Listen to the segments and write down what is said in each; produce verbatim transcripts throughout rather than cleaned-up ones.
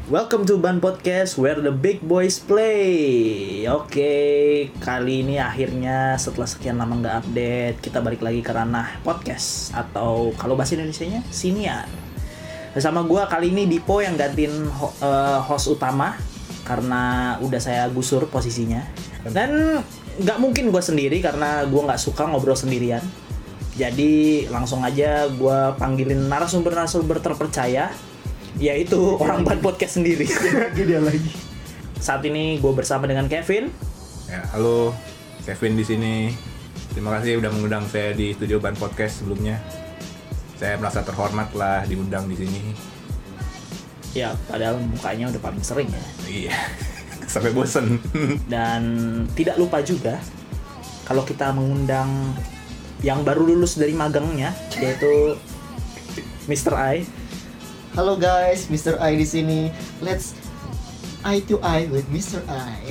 Welcome to Ban Podcast where the big boys play. Oke, kali ini akhirnya setelah sekian lama nggak update, kita balik lagi ke ranah podcast atau kalau bahasa Indonesianya siniar. Bersama gue kali ini Dipo yang gantiin ho- uh, host utama karena udah saya gusur posisinya. Dan nggak mungkin gue sendiri karena gue nggak suka ngobrol sendirian. Jadi langsung aja gue panggilin narasumber-narasumber terpercaya, yaitu orang Ban Podcast sendiri. Dia lagi. Saat ini gue bersama dengan Kevin. Ya, halo, Kevin di sini. Terima kasih udah mengundang saya di studio Ban Podcast sebelumnya. Saya merasa terhormat lah diundang di sini. Ya, padahal mukanya udah paling sering ya. Iya, sampai bosen. Dan tidak lupa juga kalau kita mengundang yang baru lulus dari magangnya, yaitu mister I. Halo guys, mister I di sini. Let's eye to eye with mister I.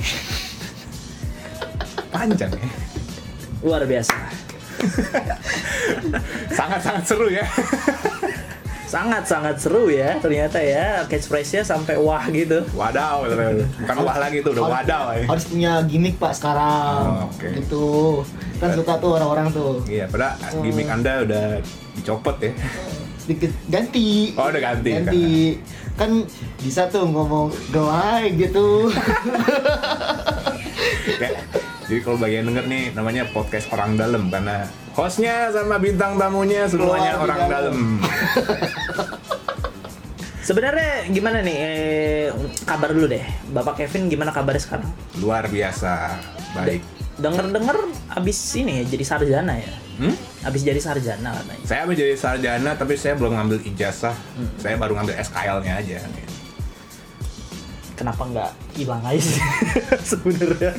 Panjang ya. Luar biasa. Sangat-sangat seru ya. Sangat-sangat seru ya ternyata ya. Catchphrase-nya sampai wah gitu. Wadaw, bukan wah lagi tuh, udah wadaw ya. Harus punya gimmick Pak sekarang. Oh, oke. Gitu. Kan suka tuh orang-orang tuh. Iya, padahal gimmick Anda udah dicopot ya. Sedikit ganti. Oh, udah ganti. Ganti. Kan bisa tuh ngomong gelai gitu. Ya, jadi kalau bagian denger nih namanya podcast orang dalam karena hostnya sama bintang tamunya semuanya Keluar orang di dalam. dalam. Sebenarnya gimana nih eh, kabar dulu deh. Bapak Kevin gimana kabarnya sekarang? Luar biasa, baik. Dengar-dengar abis ini ya jadi sarjana ya. Hmm? Abis jadi sarjana katanya. Saya habis jadi sarjana tapi saya belum ngambil ijazah. Hmm. Saya baru ngambil S K L-nya aja. Kenapa nggak hilang aja sih sebenarnya?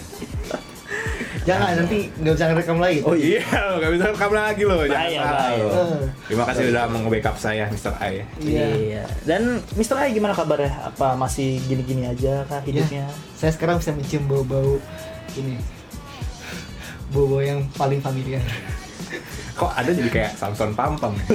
Jangan nanti nggak bisa ngerekam lagi. Oh Iya, nggak bisa rekam lagi loh. Jangan Bahaya, salah bahaya. loh. Eh. Terima kasih udah mau nge-backup saya, mister I. Iya. Dan mister I gimana kabarnya? Apa masih gini-gini aja kah hidupnya? Saya sekarang bisa mencium bau-bau ini. Bau-bau yang paling familiar. Kok ada jadi kayak Samson Pampang ya?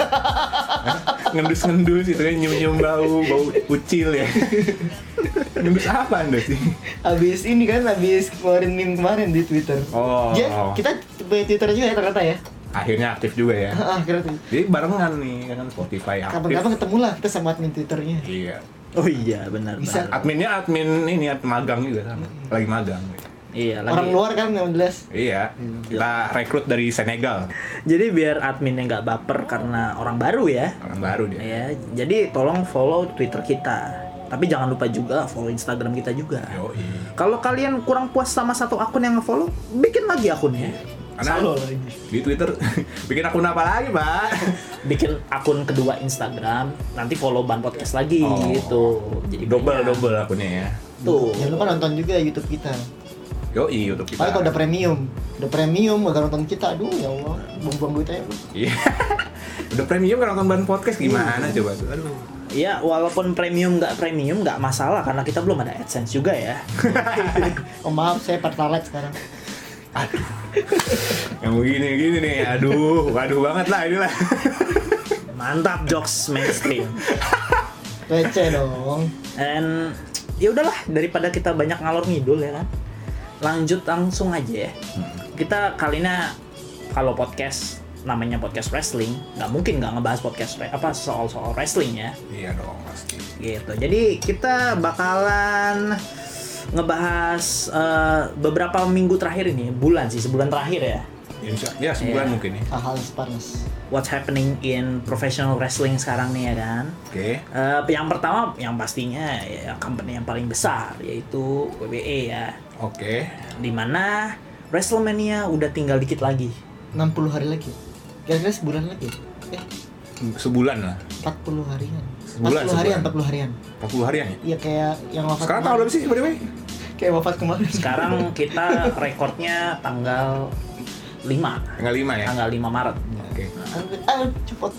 Ngendus-ngendus itu kan nyium-nyium bau, bau ucil ya. Ngendus apa Anda sih? Abis ini kan, abis keluarin meme kemarin di Twitter. Oh. Ya, kita punya Twitter juga ya ternyata ya. Akhirnya aktif juga ya. Ah, kira tuh. Jadi barengan nih, kan Spotify aktif. Kapan-kapan ketemu lah kita sama admin Twitternya. Iya. Oh iya benar. Bisa. benar. Adminnya admin ini, admin magang juga sama. Lagi magang. Iya lagi. Orang luar kan yang jelas. Iya, kita rekrut dari Senegal. Jadi biar adminnya nggak baper karena orang baru ya. Orang baru dia. Ya, jadi tolong follow Twitter kita. Tapi jangan lupa juga follow Instagram kita juga. Yoi. Kalau kalian kurang puas sama satu akun yang nge-follow, bikin lagi akunnya. Karena Salo lagi. di Twitter bikin akun apa lagi, Pak? Bikin akun kedua Instagram, nanti follow Ban Podcast lagi Oh. gitu. Jadi Double banyak. double akunnya ya. Tuh. Jangan lupa nonton juga YouTube kita. Yoi, YouTube kita. Paling kalau udah premium, udah premium gak nonton kita, aduh ya Allah, buang-buang duit aja. Iya. Udah premium kan nonton Ban Podcast gimana coba tuh? Aduh. Ya, walaupun premium nggak premium nggak masalah karena kita belum ada AdSense juga ya. Oh maaf, saya Pertalite sekarang. Aduh. Yang begini-gini nih, aduh, waduh banget lah inilah. Mantap jokes mainstream. Receh dong. And ya udahlah daripada kita banyak ngalor ngidul ya kan. Lanjut langsung aja ya. Kita kali ini kalau podcast namanya podcast wrestling, nggak mungkin nggak ngebahas podcast re- apa soal-soal wrestling ya. Iya dong, pasti. Gitu. Jadi kita bakalan ngebahas uh, beberapa minggu terakhir ini, bulan sih, sebulan terakhir ya. Insya, ya sebulan Iya. mungkin ya. Hal-hal panas. What's happening in professional wrestling sekarang nih ya kan. Oke. Uh, yang pertama yang pastinya ya company yang paling besar yaitu W W E ya. Oke. Dimana WrestleMania udah tinggal dikit lagi. enam puluh hari lagi. Kira-kira sebulan lagi. Eh, Sebulan lah. empat puluh harian. Sebulan, empat puluh harian, sebulan. empat puluh harian. empat puluh harian ya? Iya kayak yang wafat Sekarang tanggal berapa sih by the way? Kayak wafat kemarin. Sekarang kita rekornya tanggal lima. Tanggal lima ya? Tanggal lima Maret. Oke. Ah, cepet.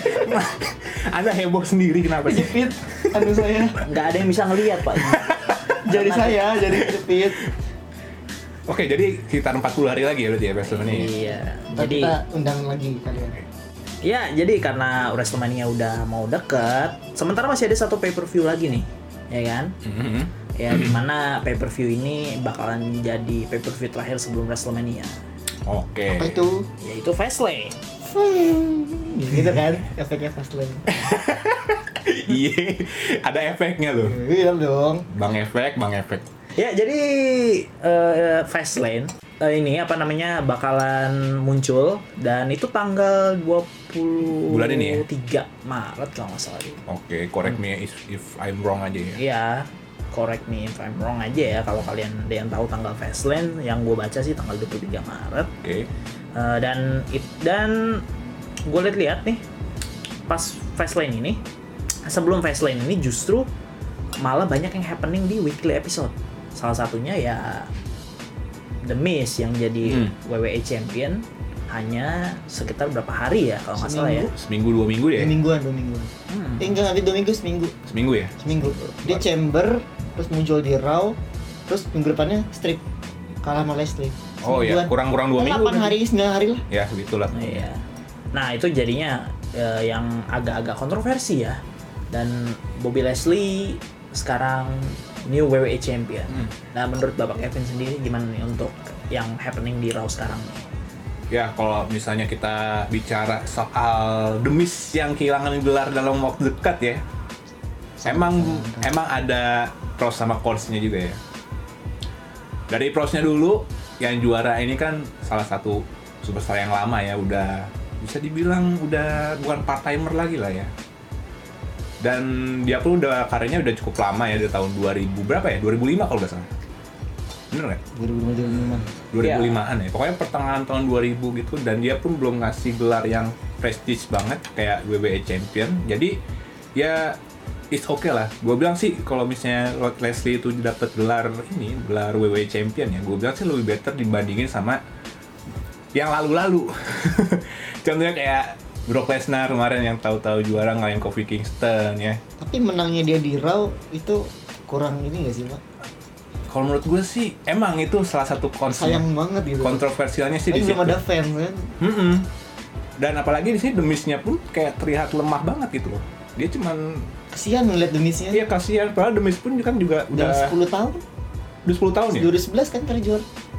Anda heboh sendiri kenapa sih? Jepit. Anu saya. Nggak ada yang bisa ngelihat Pak. Jadi saya, jadi jepit. Oke, jadi sekitar empat puluh hari lagi ya berarti ya WrestleMania. Iya. Ntar Jadi kita undang lagi kalian. ya jadi karena WrestleMania udah mau deket, sementara masih ada satu pay per view lagi nih ya kan? Mm-hmm. Ya dimana pay per view ini bakalan jadi pay per view terakhir sebelum WrestleMania. Oke. Apa itu? Yaitu Fastlane. Hmm, gitu kan efeknya Fastlane. Iya, ada efeknya loh. Iya dong. Bang efek, bang efek. Ya jadi uh, Fastlane uh, ini apa namanya bakalan muncul dan itu tanggal dua puluh Bulan ini ya? tiga Maret kalau nggak salah. Oke, correct me if, if I'm wrong aja ya. Iya, correct me if I'm wrong aja ya kalau kalian ada yang tahu tanggal Fastlane, yang gue baca sih tanggal dua puluh tiga Maret. Oke. Uh, dan it, dan gue lihat-lihat nih pas Fastlane ini, sebelum Fastlane ini justru malah banyak yang happening di weekly episode. Salah satunya ya The Miz yang jadi hmm. W W E Champion hanya sekitar berapa hari ya kalau nggak salah ya. Seminggu dua minggu ya? Dua mingguan, dua mingguan. Hmm. Eh, enggak, nanti dua minggu, seminggu. Seminggu ya? Seminggu. Dia Chamber, terus muncul di Raw, terus minggu depannya strip kalah sama Leslie. Oh iya, kurang-kurang dua minggu. delapan hari, sembilan hari lah. Ya, segitulah. Iya. Nah itu jadinya eh, yang agak-agak kontroversi ya. Dan Bobby Leslie sekarang new W W E Champion. Hmm. Nah menurut Bapak Kevin sendiri gimana nih untuk yang happening di Raw sekarang nih? Ya kalau misalnya kita bicara soal The Miz yang kehilangan gelar dalam waktu dekat ya, emang hmm. emang ada pros sama cons-nya juga ya. Dari pros-nya dulu, yang juara ini kan salah satu superstar yang lama ya, udah bisa dibilang udah bukan part timer lagi lah ya. Dan dia pun udah karirnya udah cukup lama ya, dari tahun dua ribu berapa ya? dua ribu lima kalau nggak salah. Bener nggak? dua ribu lima. dua ribu limaan ya. Pokoknya pertengahan tahun dua ribu gitu, dan dia pun belum ngasih gelar yang prestige banget kayak W W E Champion. Jadi ya it's okay lah. Gue bilang sih kalau misalnya Leslie itu dapat gelar ini, gelar W W E Champion ya, gue bilang sih lebih better dibandingin sama yang lalu-lalu. Contohnya kayak Brock Lesnar kemarin yang tahu-tahu juara ngalahin Kofi Kingston ya. Tapi menangnya dia di Raw itu kurang ini nggak sih, Pak? Kalau menurut gue sih emang itu salah satu konsep sayang banget gitu. Kontroversialnya sih kan di situ. belum ada fans kan. Mm-mm. Dan apalagi di sini The Miz-nya pun kayak terlihat lemah banget gitu loh. Dia cuman kasihan ngeliat The Miz-nya. Iya kasihan, padahal The Miz pun kan juga udah, udah sepuluh tahun. Udah sepuluh tahun ya? dua ribu sebelas kan terjual.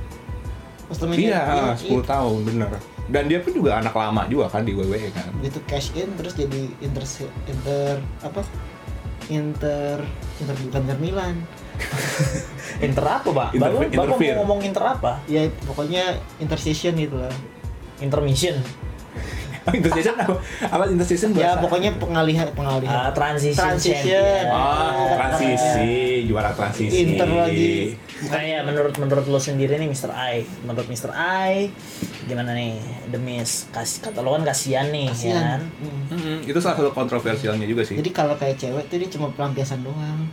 Iya, sepuluh tahun bener. Dan dia pun juga anak lama juga kan di W W E kan. Itu cash in terus jadi inter inter apa? Inter inter bukan Inter Milan. Inter apa, Pak? Inter, Baru Bapak mau ngomong Inter apa? Ya pokoknya intercession gitu lah. Intermission. Intercession apa? Apa intercession? Ya pokoknya pengalihan pengalihan. Uh, transition. Transition. Oh, transisi, juara transisi. Inter lagi. Kayak menurut menurut lo sendiri nih Mister I, menurut Mister I gimana nih The Miz? Kasih kata lo kan kasihan nih, kasihan. Ya kan? Hmm. Hmm, itu salah satu kontroversialnya juga sih. Jadi kalau kayak cewek tuh dia cuma pelampiasan doang.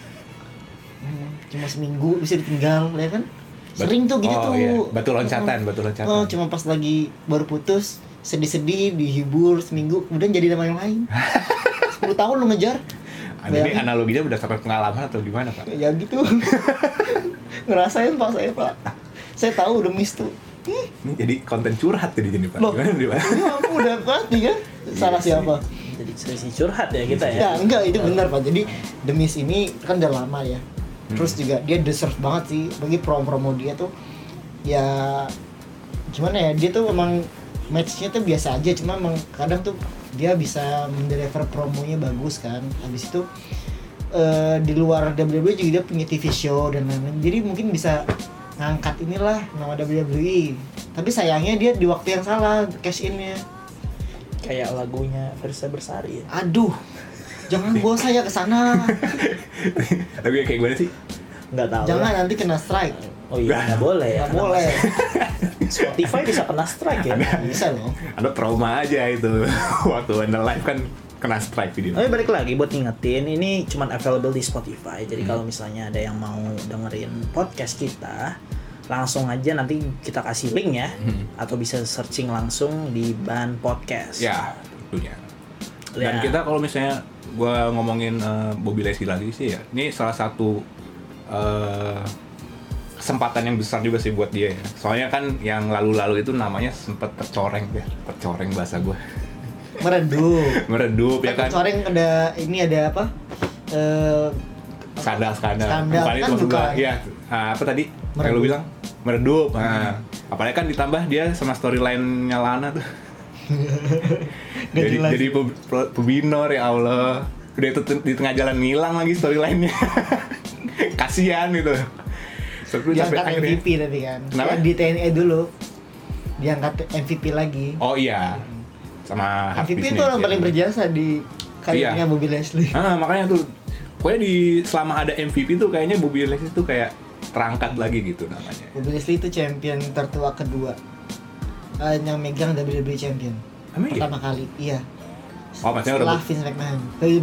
Hmm, cuma seminggu bisa ditinggal, ya kan? Sering tuh gitu oh, tuh. Iya. Batu loncatan, batu loncatan. Oh, cuma pas lagi baru putus, sedih-sedih, dihibur seminggu, kemudian jadi nama yang lain. sepuluh tahun lo ngejar. Ini analoginya berdasarkan pengalaman atau gimana, Pak? Ya gitu. Ngerasain Pak saya, Pak. Saya tahu The Miz tuh. Ini jadi konten curhat jadi gini, Pak. Loh, gimana nih, Pak? Ini aku udah pasti kan? Salah siapa? Jadi sesi curhat ya kita ya. Ya enggak, itu benar Pak. Jadi The Miz ini kan udah lama ya. Terus juga dia deserve banget sih bagi promo-promo dia tuh. Ya gimana ya? Dia tuh emang match-nya tuh biasa aja, cuma emang kadang tuh dia bisa mendeliver promonya bagus kan. Habis itu uh, di luar W W E juga dia punya T V show dan lain-lain. Jadi mungkin bisa ngangkat inilah nama W W E. Tapi sayangnya dia di waktu yang salah cash in-nya. Kayak lagunya Versa Bersari ya. Aduh. Jangan bawa saya ke sana. Tapi kayak gimana sih? Enggak tahu. Jangan ya. nanti kena strike. Oh iya, enggak boleh ya. Enggak boleh. Spotify bisa kena strike ya. Bisa loh. Ada trauma aja itu. Waktu Anda live kan kena strike video. Tapi balik lagi buat ngingetin, ini cuman available di Spotify. Jadi hmm. kalau misalnya ada yang mau dengerin podcast kita, langsung aja nanti kita kasih link ya, hmm. atau bisa searching langsung di Ban Podcast. Ya, tentunya. Dan Ya. kita kalau misalnya gue ngomongin uh, Bobby Leslie lagi sih ya, ini salah satu uh, kesempatan yang besar juga sih buat dia ya. Soalnya kan yang lalu-lalu itu namanya sempat tercoreng ya, tercoreng bahasa gue. Meredup. Meredup ya kan. Tercoreng ada ini ada apa? Eh skandal-skandal. Skandal, Bukan kan itu maksud gua. bukan. Iya. Ah, apa tadi? Kayak Meredup. lu bilang meredup. Nah, apalagi kan ditambah dia sama storyline-nya Lana tuh. Nggak jadi jelas. jadi pe- pe- pebinor ya Allah. Udah itu di tengah jalan ngilang lagi storyline-nya. Kasihan gitu. Sampai Dia sampai angkat M akhirnya. V P tapi kan. Kenapa? Di T N A dulu. Dia angkat M V P lagi. Oh iya. Sama M hard V P business, itu orang ya. paling berjasa di karirnya Iya. Bobby Lashley. Ah, makanya tuh pokoknya di selama ada M V P tuh kayaknya Bobby Lashley tuh kayak terangkat lagi gitu namanya. Bobby Lashley itu champion tertua kedua. Eh, yang megang W W E champion. Emang iya? Pertama kali, iya. Oh, maksudnya Setelah udah Vince McMahon.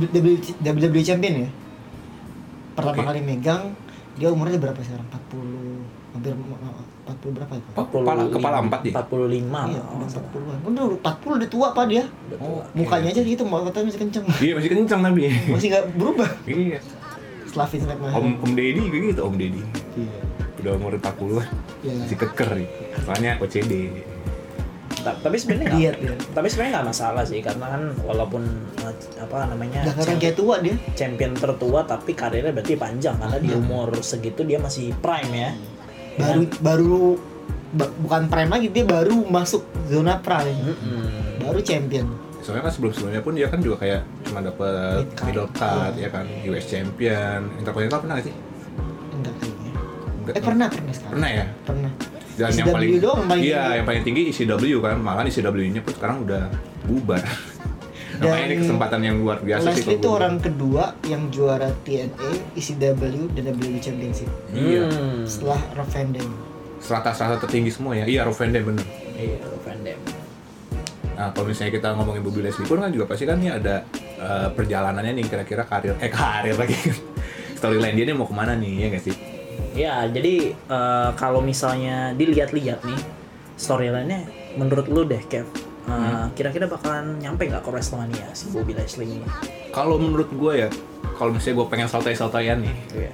W W E champion ya. Pertama Oke. kali megang, dia umurnya berapa sekarang? empat puluh, hampir empat puluh berapa itu? Oh, kepala kepala empat ya? empat puluh lima Iya, lah. udah empat puluhan. Udah empat puluh udah tua Pak dia. Udah Oh, tua. Mukanya aja gitu, mau katanya masih kenceng. Iya masih kencang tapi. Masih nggak berubah. Iya. Setelah Vince McMahon. Om Om Deddy kayak gitu Om Deddy. Iya. Udah umur empat puluh-an. Iya. Masih keker nih. Soalnya O C D. Ta- Tapi sebenarnya Diet, nggak, ya. tapi sebenarnya nggak masalah sih karena kan walaupun eh, apa namanya Udah kelihatan champ- kayak tua dia. champion tertua tapi karirnya berarti panjang karena di umur segitu dia masih prime ya. Baru baru ba- bukan prime lagi, dia baru masuk zona prime. Mm-mm. Baru champion. Soalnya kan sebelum-sebelumnya pun dia kan juga kayak cuma dapet Mid card. middle card Iya. ya kan, U S champion, Intercontinental pernah nggak sih? Enggak kayaknya. Enggak. Eh pernah pernah sekarang. Pernah ya? Pernah. Dan E C W yang paling doang yang paling iya tinggi. yang paling tinggi E C W kan, malah E C W-nya pun sekarang udah bubar. Dan Makanya ini kesempatan yang luar biasa sih. Lashley kalau itu gua orang kedua yang juara T N A, E C W dan W W E Championship bilang. Iya. Hmm. setelah Rob Van Dam. Strata-strata tertinggi semua ya. Iya, Rob Van Dam bener. Iya, Van Dam. Nah, kalau misalnya kita ngomongin Bobby Lashley pun kan juga pasti kan ini ada eh, perjalanannya nih kira-kira karir eh karir lagi. Storyline dia nih mau kemana nih ya nggak sih? Ya, jadi eh, kalau misalnya dilihat-lihat nih storyline-nya menurut lu deh, Kev, eh, Hmm. kira-kira bakalan nyampe nggak ke WrestleMania si Bobby Lashley ini? Kalau menurut gue ya, kalau misalnya gue pengen saltai-saltaian nih, Iya.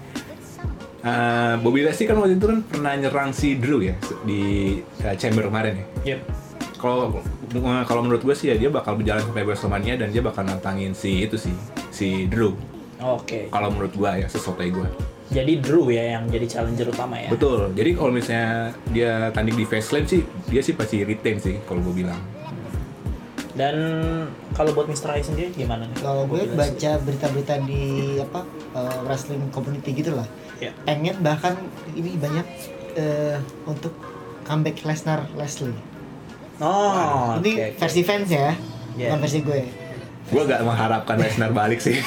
eh, Bobby Lashley kan waktu itu kan pernah nyerang si Drew ya di eh, Chamber kemarin ya. Yep. Kalau eh, kalau menurut gue sih ya dia bakal berjalan sampai WrestleMania dan dia bakal nantangin si itu sih si Drew. Oke. Kalau menurut gue ya sesotai gue. Jadi Drew ya yang jadi challenger utama ya. Betul. Jadi kalau misalnya dia tanding di Fastlane sih, dia sih pasti retain sih kalau gue bilang. Dan kalau buat mister I sendiri gimana nih? Kalau gue Bobby Lashley? baca berita-berita di apa eh, wrestling community gitu lah. Ya. Pengen bahkan ini banyak eh, untuk comeback Lesnar Lashley. Oh, ini oke, oke. versi fans ya, Yeah. bukan versi gue. Gue gak mengharapkan Lesnar balik sih.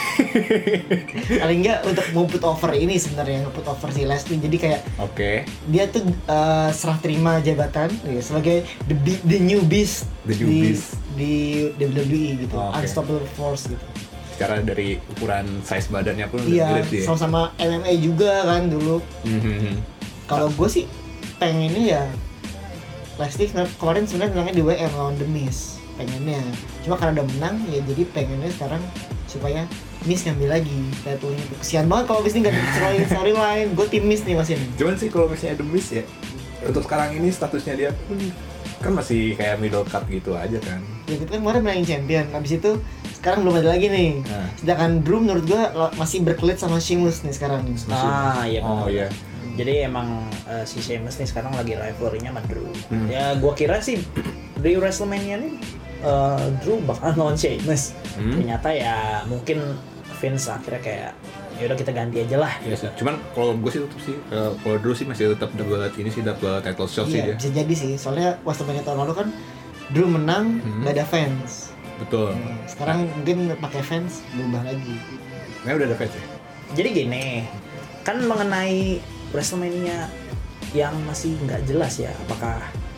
Paling enggak untuk mau put over ini sebenarnya put over si Lashley. Jadi kayak Oke. dia tuh eh, serah terima jabatan ya, sebagai the, bi- the new beast The new di beast. di W W E gitu, Oh, oke. unstoppable force gitu. Secara dari ukuran size badannya pun udah Iya, gede sih. ya. sama-sama M M A juga kan dulu. Mhm. Kalau gue sih pengennya ya Lashley sebenarnya- kemarin sebenarnya menangnya di W M lawan The Miz, pengennya. Cuma karena udah menang ya jadi pengennya sekarang supaya Miz ngambil lagi title-nya. Kesian banget kalau Miz ini nggak storyline storyline. Gue tim Miz nih masih. Cuman sih kalau misalnya The Miz ya, untuk sekarang ini statusnya dia pun kan masih kayak middle card gitu aja kan. Ya gitu kan kemarin menangin champion. Habis itu sekarang belum ada lagi nih. Nah. Sedangkan Drew menurut gue masih berkelit sama Sheamus nih sekarang nih. Ah, iya. Oh benar. iya. Jadi emang eh, si Sheamus nih sekarang lagi rivalry-nya sama Drew. Hmm. Ya gua kira sih di WrestleMania nih eh, Drew bakal lawan Sheamus. Hmm. Ternyata ya mungkin Vince akhirnya kayak ya udah kita ganti aja lah. Iya sih. Cuman kalau gue sih tetap sih, eh, kalau Drew sih masih tetap dapat ini sih dapat title shot sih dia. Iya, bisa jadi sih. Soalnya WrestleMania tahun lalu kan Drew menang Hmm. nggak ada fans. Betul. Nah, sekarang mungkin pakai fans berubah lagi. Nah udah ada fans ya. Jadi gini, kan mengenai WrestleMania yang masih nggak jelas ya apakah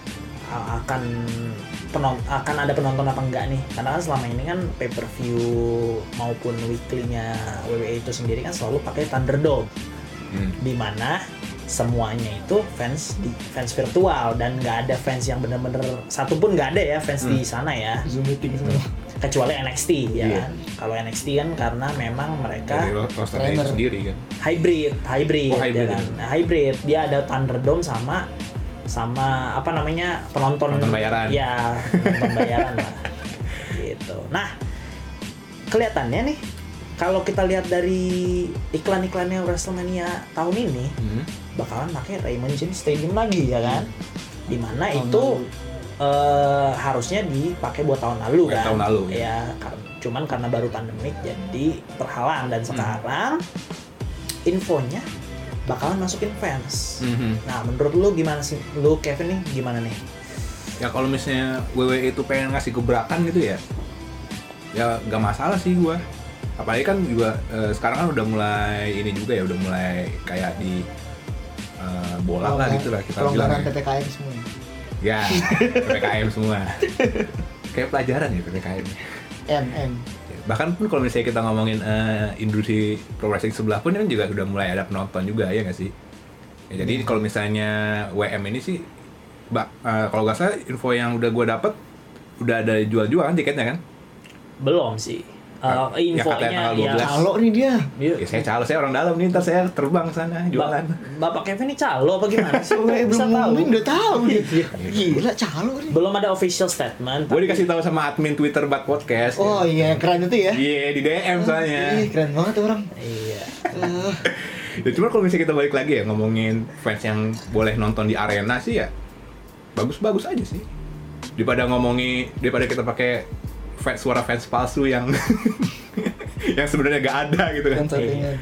a- akan penon akan ada penonton apa enggak nih, karena kan selama ini kan pay per view maupun weekly-nya W W E itu sendiri kan selalu pakai Thunderdome, Hmm. di mana semuanya itu fans di fans virtual dan nggak ada fans yang bener-bener satu pun nggak ada ya fans di sana ya, Zoom meeting semua. kecuali N X T ya Iya. kan. Kalau N X T kan karena memang mereka Dari rosternya trainer. sendiri kan. hybrid, hybrid, Oh, hybrid, ya kan. ya. Nah, hybrid. Dia ada Thunderdome sama sama apa namanya penonton Penonton bayaran. Ya, penonton bayaran lah. Gitu. Nah, kelihatannya nih kalau kita lihat dari iklan-iklannya WrestleMania tahun ini, Hmm. bakalan pakai Raymond James Stadium lagi ya kan? Dimana Tahun itu lalu. eh, harusnya dipakai buat tahun lalu Buat kan? tahun lalu, Ya, kar- cuman karena baru pandemik jadi terhalang dan sekarang infonya bakalan masukin fans. Mhm. Nah, menurut lu gimana sih? Lu Kevin nih gimana nih? Ya kalau misalnya W W E itu pengen ngasih gebrakan gitu ya, ya nggak masalah sih gua. Apalagi kan juga eh, sekarang kan udah mulai ini juga ya, udah mulai kayak di eh, bola lah gitu lah kita bilang. Pelonggaran Ya. P P K M semua. Ya, P P K M semua. Kayak pelajaran ya P P K M. M M. Bahkan pun kalau misalnya kita ngomongin eh, industri pro wrestling sebelah pun kan juga udah mulai ada penonton juga ya nggak sih? Ya, jadi kalau misalnya W M ini sih, bak, eh, kalau nggak salah info yang udah gue dapet udah ada jual-jual kan tiketnya kan? Belum sih. Eh, Ya, katanya infonya tanggal dua ya, belas. Calo nih dia. Yuk. Ya saya calo, saya orang dalam nih, ntar saya terbang sana jualan. Ba- Bapak Kevin ini calo apa gimana sih? W W E Bisa belum tahu? ngumumin udah tahu dia. Iya. Gila calo nih. Belum ada official statement. Gue dikasih tahu sama admin Twitter Bat Podcast. Oh iya yang keren itu ya. Iya di D M soalnya. Ih, keren banget tuh orang. Iya. Eh, Ya, cuma kalau misalnya kita balik lagi ya ngomongin fans yang boleh nonton di arena sih ya bagus-bagus aja sih. Daripada ngomongin, daripada kita pakai fans, suara fans palsu yang yang sebenarnya gak ada gitu kan. kan sampingan.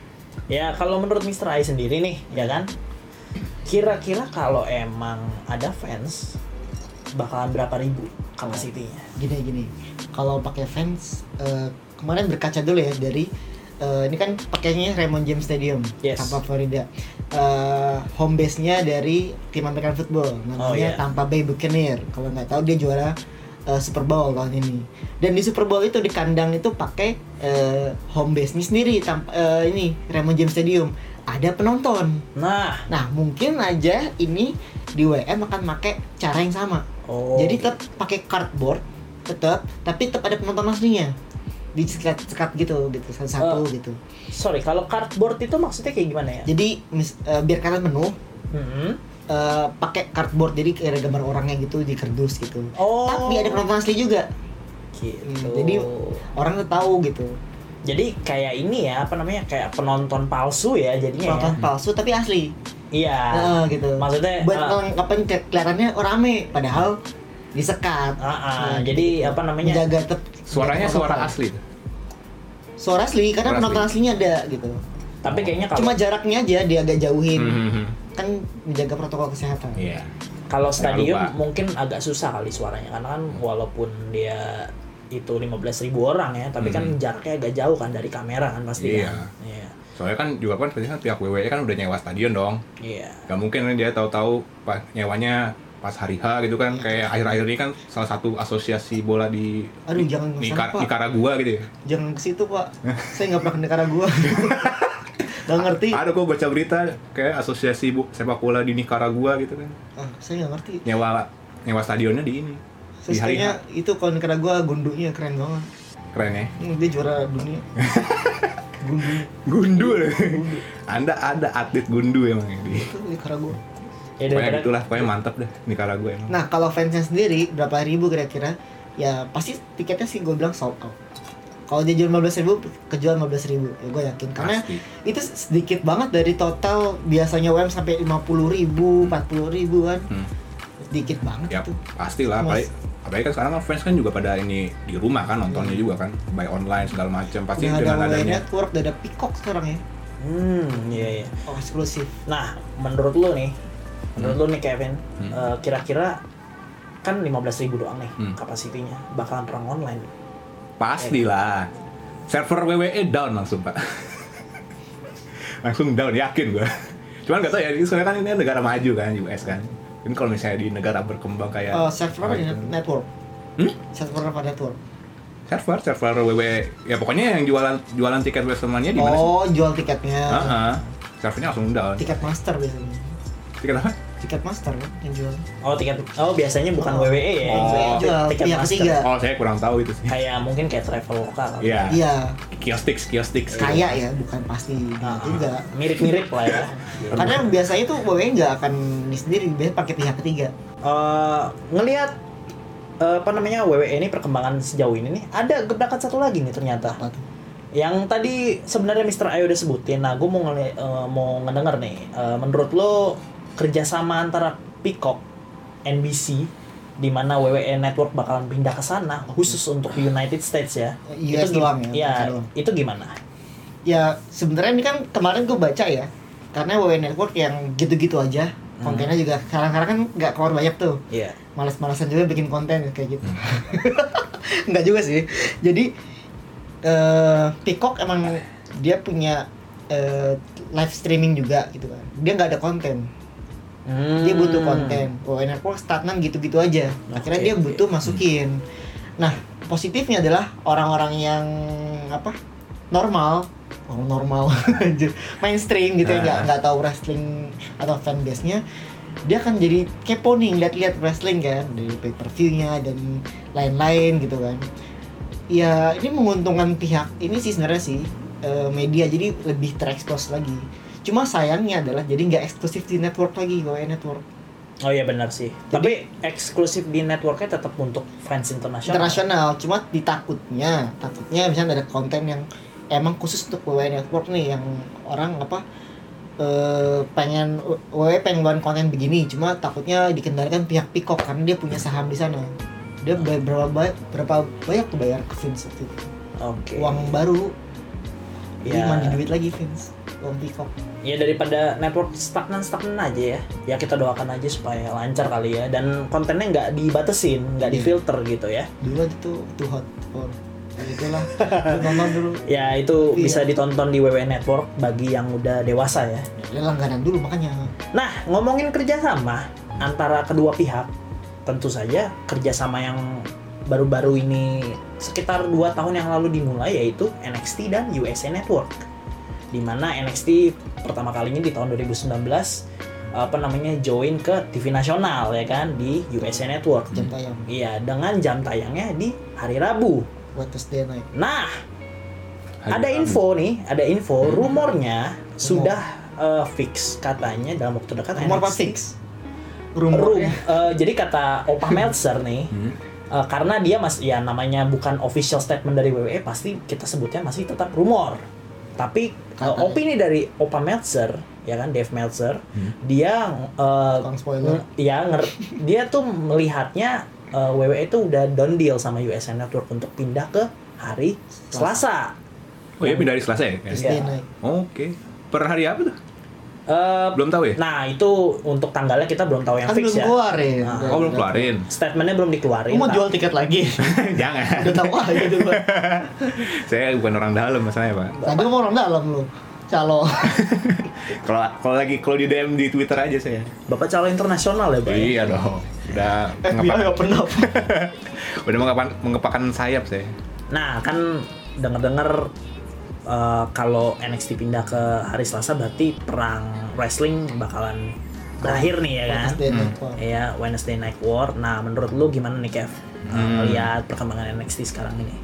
Ya kalau menurut mister I sendiri nih, ya kan? Kira-kira kalau emang ada fans bakalan berapa ribu kapasitinya? Gini gini. Kalau pakai fans eh, kemarin berkaca dulu ya dari eh, ini kan pakainya Raymond James Stadium, Yes. Tampa Florida. Eh, home base-nya dari tim American Football namanya Oh, iya. Tampa Bay Buccaneer. Kalau nggak tahu dia juara eh, Super Bowl tahun ini. Dan di Super Bowl itu di kandang itu pakai eh, home base-nya sendiri Tampa, eh, ini Raymond James Stadium. Ada penonton. Nah, Nah, mungkin aja ini di W M akan pakai cara yang sama. oh, Jadi tetap pakai cardboard, tetap, tapi tetap ada penonton aslinya. Disekat-sekat gitu, gitu satu-satu Oh. gitu. sorry, kalau cardboard itu maksudnya kayak gimana ya? Jadi mis- eh, biar kalian penuh, Hmm. eh, pakai cardboard, jadi kayak ada gambar orangnya gitu di kardus gitu. Oh. Tapi ada penonton asli juga. Gitu. Hmm, jadi orang tuh tahu gitu. Jadi kayak ini ya, apa namanya? Kayak penonton palsu ya jadinya Penonton ya. palsu tapi asli. Iya. Nah, gitu. Maksudnya buat ah, kelengkapan ke- kelihatannya oh, rame, padahal disekat. ah, ah, Nah, jadi gitu. apa namanya? Menjaga tetap Suaranya menjaga suara protokol. asli tuh. Suara asli karena Suara penonton asli. aslinya ada gitu. Tapi kayaknya kalau Cuma jaraknya aja dia agak jauhin. Mhm. Kan menjaga protokol kesehatan. Iya. kalau Jangan stadium lupa. mungkin agak susah kali suaranya karena kan walaupun dia itu lima belas ribu orang ya, tapi kan Hmm. jaraknya agak jauh kan dari kamera kan pasti Iya. kan. Iya. Soalnya kan juga kan pasti kan pihak W W E kan udah nyewa stadion dong. Iya. Gak mungkin kan dia tahu-tahu pas nyewanya pas hari H gitu kan, kayak akhir-akhir ini kan salah satu asosiasi bola di Aduh, jangan di, kesana, Nika- Pak. Nicaragua gitu ya. Jangan ke situ, Pak. Saya nggak pernah ke Nicaragua. Nggak ngerti. Ada kok baca berita kayak asosiasi bu, sepak bola di Nicaragua gitu kan. Ah, saya nggak ngerti. Nyewa nyewa stadionnya di ini. Di Terus hari kayaknya H. itu kalau Nicaragua gundunya keren banget. Keren ya. Hmm, dia juara dunia. Gundu. Gundu. Anda ada atlet gundu emang ya di. Itu Nicaragua. Ya, Pokoknya daripada- gitulah, pokoknya mantap dah Nicaragua emang. Nah, kalau fansnya sendiri berapa ribu kira-kira? Ya pasti tiketnya sih gue bilang sold out. Kalau dia jual lima belas ribu, kejual lima belas ribu, ya gue yakin. Karena Pasti. itu sedikit banget dari total biasanya W M sampai lima puluh ribu, empat puluh ribu kan. Hmm. Sedikit banget Ya itu. pastilah, Mas. apalagi, apalagi kan sekarang kan fans kan juga pada ini di rumah kan nontonnya juga kan, by online segala macam. Pasti Udah ada dengan W W E adanya. Network, udah ada Peacock sekarang ya. Hmm, iya iya. Oh, eksklusif. Nah, menurut lu nih, menurut lu nih Kevin, Hmm. eh, kira-kira kan lima belas ribu doang nih Hmm. kapasitinya, bakalan perang online. Pastilah. Server W W E down langsung, Pak. Langsung down, yakin gua. Cuman nggak tahu ya, ini soalnya kan ini negara maju kan, U S kan. Ini kalau misalnya di negara berkembang kayak Oh, server apa oh, di itu. network? Hmm? Server apa network? Server, server W W E. Ya pokoknya yang jualan jualan tiket WrestleMania di mana sih? Oh, jual tiketnya. Heeh. Servernya langsung down. Tiket master biasanya. Tiket apa? Tiket master kan yang jual. Oh, tiket. Oh, biasanya bukan Oh. W W E ya. Oh. yang Jual tiket pihak master. ketiga. Oh, saya kurang tahu itu sih. Kayak mungkin kayak travel lokal. Iya. Iya, Kiostix, kiostix. kayak ya, bukan pasti Ah, juga. Mirip-mirip lah ya. Karena biasanya tuh W W E nggak akan di sendiri, biasanya pakai pihak ketiga. Eh, ngelihat eh, apa namanya W W E ini perkembangan sejauh ini nih, ada gebrakan satu lagi nih ternyata. Apa tuh? Yang tadi sebenarnya mister Ayo udah sebutin. Nah, gue mau ngeli- uh, mau ngedenger nih. Uh, menurut lo kerjasama antara Peacock, N B C, di mana W W E Network bakalan pindah ke sana khusus untuk United States ya? U S itu doang gim- ya, ya, doang. itu gimana? Ya sebenarnya ini kan kemarin gue baca ya, karena W W E Network yang gitu-gitu aja kontennya juga sekarang-sekarang kan nggak keluar banyak tuh. Iya. Malas-malasan juga bikin konten kayak gitu. Nggak juga sih. Jadi uh, Peacock emang dia punya uh, live streaming juga gitu kan. Dia nggak ada konten. Hmm. Dia butuh konten. W W E Network stagnan gitu-gitu aja. Akhirnya Oke, dia oke. butuh masukin. Nah positifnya adalah orang-orang yang apa normal, oh, normal, mainstream gitu ya, nggak nggak tahu wrestling atau fanbase-nya, dia akan jadi kepo nih lihat-lihat wrestling kan dari pay per view-nya dan lain-lain gitu kan. Ya ini menguntungkan pihak ini sih sebenarnya sih eh, media, jadi lebih terekspos lagi. Cuma sayangnya adalah jadi nggak eksklusif di network lagi, W W E Network. Oh iya benar sih. Tapi eksklusif di networknya tetap untuk fans internasional. Internasional, cuma ditakutnya, takutnya misalnya ada konten yang emang khusus untuk W W E Network nih, yang orang apa eh, pengen W W E pengen ngeluarin konten begini, cuma takutnya dikendalikan pihak Peacock karena dia punya saham di sana. Dia bayar berapa banyak, berapa banyak tuh bayar ke Vince waktu itu. Oke. Uang baru, Ya. dia mandi duit lagi Vince, uang Peacock. Ya daripada network stagnan-stagnan aja ya. Ya kita doakan aja supaya lancar kali ya, dan kontennya nggak dibatesin, nggak Iya. difilter gitu ya. Dulu aja tuh too hot for itulah, nonton dulu. Ya itu Iya. bisa ditonton di W W E Network bagi yang udah dewasa ya. Dia langganan dulu makanya. Nah, ngomongin kerjasama antara kedua pihak, tentu saja kerjasama yang baru-baru ini sekitar dua tahun yang lalu dimulai, yaitu N X T dan U S A Network. Di mana N X T pertama kalinya di tahun dua ribu sembilan belas apa namanya join ke T V nasional ya kan di U S A Network. Jam tayang Iya, dengan jam tayangnya di hari Rabu. Wednesday night. Nah, Hari ada Rabu. info nih, ada info rumornya sudah uh, fix katanya dalam waktu dekat Rumor apa N X T. fix? Rumor Rum, ya. eh, jadi kata Opa Meltzer nih, Hmm. eh, karena dia masih ya namanya bukan official statement dari W W E, pasti kita sebutnya masih tetap rumor. Tapi eh, Katanya. opini dari Opa Meltzer, ya kan Dave Meltzer, Hmm. dia eh, Tukang spoiler. ng- ya nger- dia tuh melihatnya eh, W W E itu udah done deal sama U S A Network untuk pindah ke hari Selasa. Oh iya, pindah hari Selasa ya? Wednesday Iya. night. Oke. Per hari apa tuh? Eh, Belum tahu ya? Nah itu untuk tanggalnya kita belum tahu yang Kan fix belum ya. keluar ya. Nah. Udah- Oh, belum udah- keluarin. Statementnya belum dikeluarin. Lu mau Pak. jual tiket lagi? Jangan. Udah tahu aja tuh gua. Saya bukan orang dalam masalahnya, Pak. Tadi lu mau orang dalam lu. Calo. Kalau kalau lagi kalau di D M di Twitter aja saya. Bapak calon internasional ya, Pak? ya? Iya dong. Udah Eh, biar mengepak, enggak pendap. udah mengepak, mengepakkan sayap saya. Nah, kan denger-denger uh, kalau N X T pindah ke hari Selasa berarti perang wrestling bakalan berakhir nih ya kan? Wednesday Hmm. night. Wah. Iya, Wednesday Night War. Nah, menurut lu gimana nih, Kev? Uh, Hmm. Melihat perkembangan N X T sekarang ini?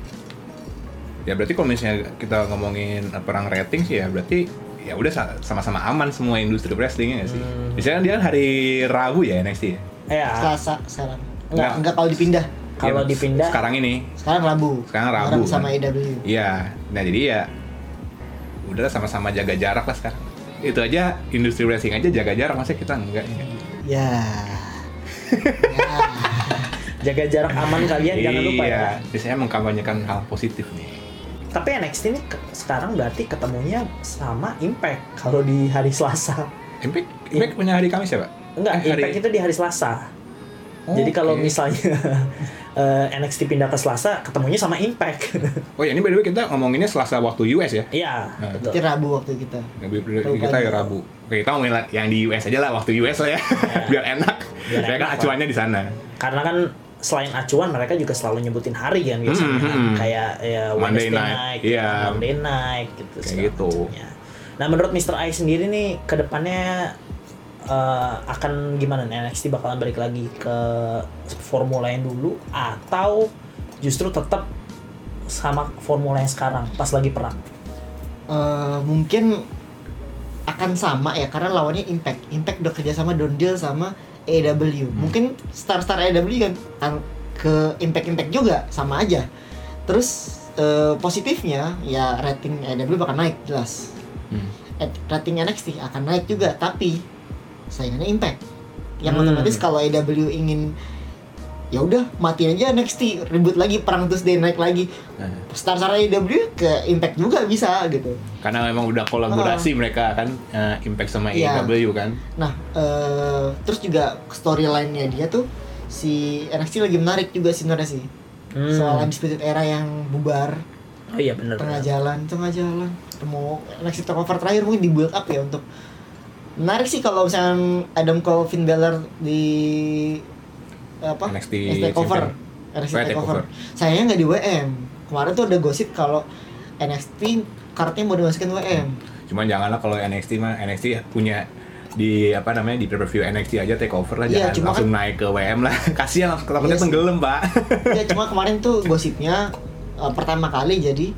Ya berarti kalau misalnya kita ngomongin perang rating sih ya berarti ya udah sa- sama-sama aman semua industri wrestlingnya nggak sih? Hmm. Misalnya dia kan hari Rabu ya N X T ya? Ya, Selasa sekarang. Enggak. Enggak, enggak kalau dipindah. kalau Ya, dipindah sekarang ini. Sekarang Rabu. Sekarang Rabu, Bareng sama kan? A E W. Iya. Nah jadi ya udah sama-sama jaga jarak lah sekarang. Itu aja industri wrestling aja jaga jarak, masa kita enggak ya? Ya. Ya. jaga jarak aman kalian jangan lupa ya. Iya. Jadi saya mengkampanyekan hal positif nih. Tapi N X T ini ke- sekarang berarti ketemunya sama Impact kalau di hari Selasa. Impact, Impact punya hari Kamis ya Pak? Enggak, Eh, hari- Impact itu di hari Selasa. Jadi kalau Oke. misalnya eh, N X T pindah ke Selasa, ketemunya sama Impact. Oh ya ini by the way kita ngomonginnya Selasa waktu U S ya? Iya, Nah, betul. Itu Rabu waktu kita. Lebih kita ya Rabu. Oke, kita ngomongin yang di U S aja lah, waktu U S lah ya. Biar enak. Biar Biar kan enak, acuannya di sana. Karena kan selain acuan mereka juga selalu nyebutin hari kan biasanya Hmm, kan. hmm. Kayak ya Monday Wednesday night. night, Iya. Monday night gitu. Kayak segala gitu. macamnya. Nah, menurut mister I sendiri nih ke depannya eh, akan gimana nih? N X T bakalan balik lagi ke formula yang dulu atau justru tetap sama formula yang sekarang pas lagi perang? Eh, mungkin akan sama ya karena lawannya Impact. Impact udah kerja sama Don Deal sama A E W. Hmm. Mungkin star-star A E W kan kan ke Impact Impact juga sama aja. Terus uh, positifnya ya rating A E W bakal naik jelas. Hmm. Rating N X T akan naik juga, tapi saingannya Impact. Yang Hmm. otomatis kalau A E W ingin ya udah matiin aja N X T, ribut lagi perang terus dia naik lagi. Nah. Star-star A E W ke Impact juga bisa gitu. Karena memang udah kolaborasi Oh. mereka kan, uh, Impact sama Iya. A E W kan. Nah, uh, terus juga storyline-nya dia tuh si N X T lagi menarik juga sebenarnya sih. Hmm. Soal Undisputed Era yang bubar Oh iya bener. tengah bener. jalan, tengah jalan. Mau N X T takeover terakhir mungkin di build up ya untuk menarik sih kalau misalnya Adam Cole, Finn Balor di apa? N X T takeover. champion. N X T Oh, takeover. takeover. Sayangnya nggak di W M. Kemarin tuh ada gosip kalau N X T kartnya mau dimasukin W M. Cuman janganlah kalau N X T mah, N X T punya di apa namanya di pay-per-view N X T aja takeover lah, Iya, jangan cuma langsung kan- naik ke W M lah. Kasihan langsung takutnya Iya sih. tenggelam, Pak. Ya cuma kemarin tuh gosipnya uh, pertama kali jadi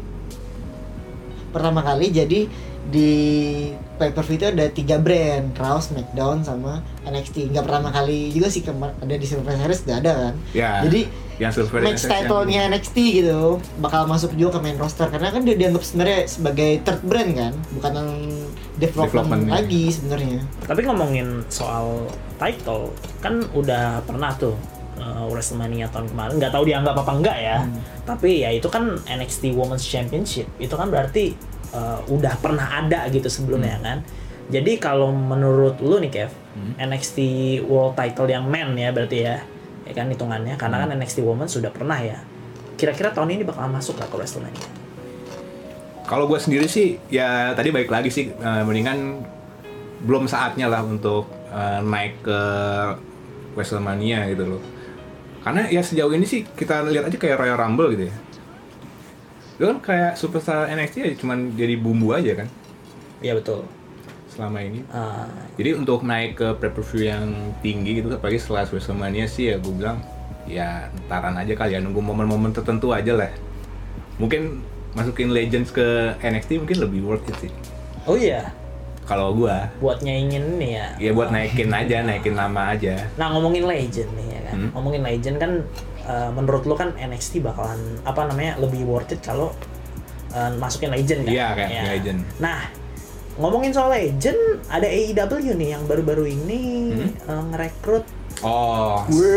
pertama kali jadi di pay per view itu ada tiga brand, Raw, SmackDown sama N X T. Nggak pertama kali juga sih kemar- ada di Survivor Series nggak ada kan. Ya. Jadi yang Survivor match Series yang- title-nya N X T gitu bakal masuk juga ke main roster karena kan dia dianggap sebenarnya sebagai third brand kan, bukan yang development, Development, ya. lagi sebenarnya. Tapi ngomongin soal title, kan udah pernah tuh uh, WrestleMania tahun kemarin, nggak tahu dianggap apa enggak ya. Hmm. Tapi ya itu kan N X T Women's Championship, itu kan berarti uh, udah pernah ada gitu sebelumnya Hmm. kan. Jadi kalau menurut lu nih Kev, Hmm. N X T World Title yang men ya berarti ya, ya kan hitungannya, karena Hmm. kan N X T Women sudah pernah ya. Kira-kira tahun ini bakal masuk gak ke WrestleMania? Kalau gue sendiri sih, ya tadi balik lagi sih, uh, mendingan belum saatnya lah untuk uh, naik ke WrestleMania gitu loh. Karena ya sejauh ini sih kita lihat aja kayak Royal Rumble gitu ya. Itu kan kayak superstar N X T ya cuman jadi bumbu aja kan Iya betul. selama ini. Uh, Jadi untuk naik ke pay-per-view yang tinggi gitu, apalagi setelah WrestleMania sih ya gue bilang ya ntaran aja kali ya, nunggu momen-momen tertentu aja lah. Mungkin masukin Legends ke N X T mungkin lebih worth it sih. oh iya, Kalau gua, buat nyaingin nih ya. ya buat naikin aja, naikin nama aja. Nah ngomongin Legend nih ya kan, Hmm. ngomongin Legend kan, uh, menurut lu kan N X T bakalan apa namanya lebih worth it kalau uh, masukin Legend kan? Iya, kayak Ya. Legend. Nah ngomongin soal Legend, ada A E W nih yang baru-baru ini Hmm. uh, ngerekrut. Oh,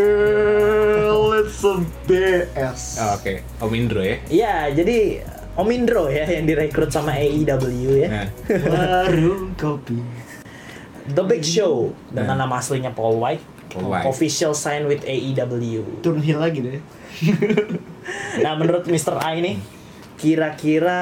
Well, it's a B S. oh, oke, Om Indro ya. Iya jadi Om Indro ya yang direkrut sama A E W ya. Nah, Warung kopi. The Big Show dengan Nah. nama aslinya Paul White, Paul White. official sign with A E W. Turun hill lagi deh. Nah menurut mister A ini kira-kira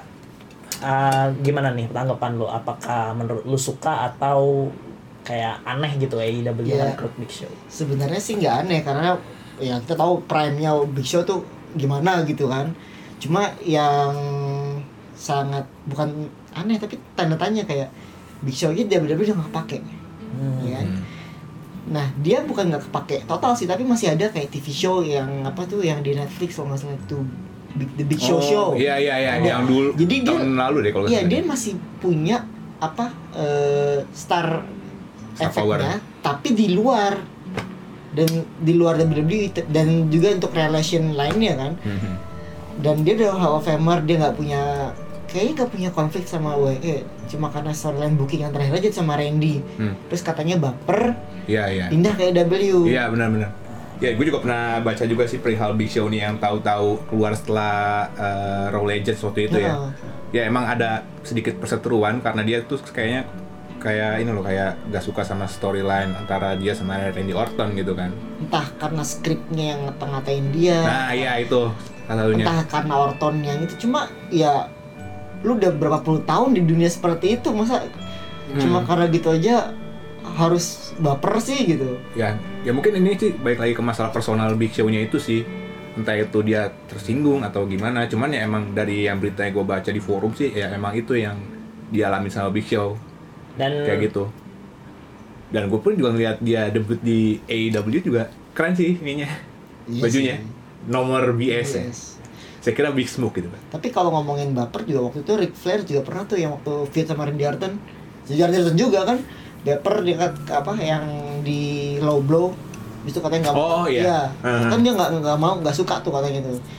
uh, gimana nih tanggapan lo? Apakah menurut lu suka atau kayak aneh gitu A E W Iya. rekrut Big Show? Sebenarnya sih nggak aneh karena ya kita tahu prime-nya Big Show tuh gimana gitu kan. Cuma yang sangat bukan aneh tapi tanda tanya kayak Big Show aja W W E udah nggak kepake, Hmm. ya kan? hmm. Nah dia bukan nggak kepake total sih tapi masih ada kayak T V show yang apa tuh yang di Netflix kalau nggak salah itu Big, The Big Show Oh, Show. Iya iya iya, Nah, yang dulu jadi dia- tahun lalu deh kalau nggak Iya salah. dia masih punya apa eh, star Star power. efeknya tapi di luar dan di luar W W E dan juga untuk relation lainnya kan. Mhm. Dan dia udah Hall of Famer, dia nggak punya kayaknya nggak punya konflik sama W W E cuma karena storyline booking yang terakhir aja sama Randy. Hmm. Terus katanya baper Iya iya. pindah ke A E W. Iya benar-benar. Ya gue juga pernah baca juga sih perihal Big Show nih yang tahu-tahu keluar setelah uh, Raw Legends waktu itu ya. Nah, Ya emang ada sedikit perseteruan karena dia tuh kayaknya kayak ini loh kayak gak suka sama storyline antara dia sama Randy Orton gitu kan. entah karena skripnya yang ngata-ngatain dia. Nah iya itu salah satunya. Entah karena Orton yang itu cuma ya lu udah berapa puluh tahun di dunia seperti itu masa Hmm. cuma karena gitu aja harus baper sih gitu. Ya, ya mungkin ini sih balik lagi ke masalah personal Big Show-nya itu sih. Entah itu dia tersinggung atau gimana. Cuman ya emang dari yang berita yang gue baca di forum sih ya emang itu yang dialami sama Big Show. Dan Kayak gitu. Dan gue pun juga ngeliat dia debut di A E W juga keren sih ininya. Iya Bajunya. sih. Nomor B S ya. Yes. Saya kira Big Smoke gitu kan. Tapi kalau ngomongin baper juga waktu itu Ric Flair juga pernah tuh yang waktu feud sama Randy Orton. Si Randy Orton juga kan baper dia kat- apa yang di low blow itu katanya nggak Oh, iya. iya. Uh-huh. Kan dia nggak nggak mau nggak suka tuh katanya tuh.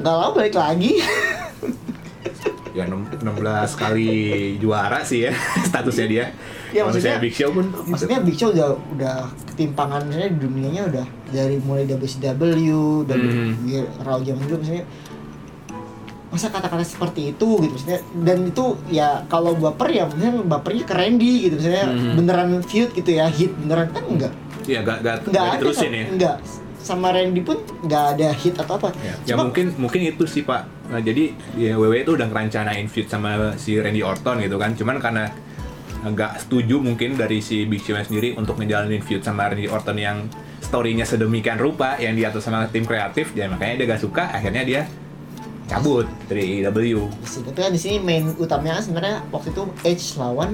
nggak lama balik lagi. Ya enam belas kali juara sih ya statusnya dia. Ya, Kalau maksudnya misalnya Big Show pun maksudnya Big Show udah udah ketimpangan misalnya di dunianya udah dari mulai W C W dan Hmm. Raw zaman dulu misalnya masa kata-kata seperti itu gitu maksudnya dan itu ya kalau baper ya misalnya bapernya ke Randy gitu misalnya Hmm. beneran feud gitu ya hit beneran kan enggak ya gak, gak, enggak gak ada diterusin sama, ya. enggak sama Randy pun enggak ada hit atau apa Ya, ya Cuma- mungkin mungkin itu sih Pak. Nah, jadi ya, W W E itu udah ngerencanain feud sama si Randy Orton gitu kan. Cuman karena nggak setuju mungkin dari si Big Show sendiri untuk ngejalanin feud sama Randy Orton yang story-nya sedemikian rupa yang diatur sama tim kreatif, ya makanya dia gak suka. Akhirnya dia cabut dari A E W. sih. Tapi kan di sini main utamanya sebenarnya waktu itu Edge lawan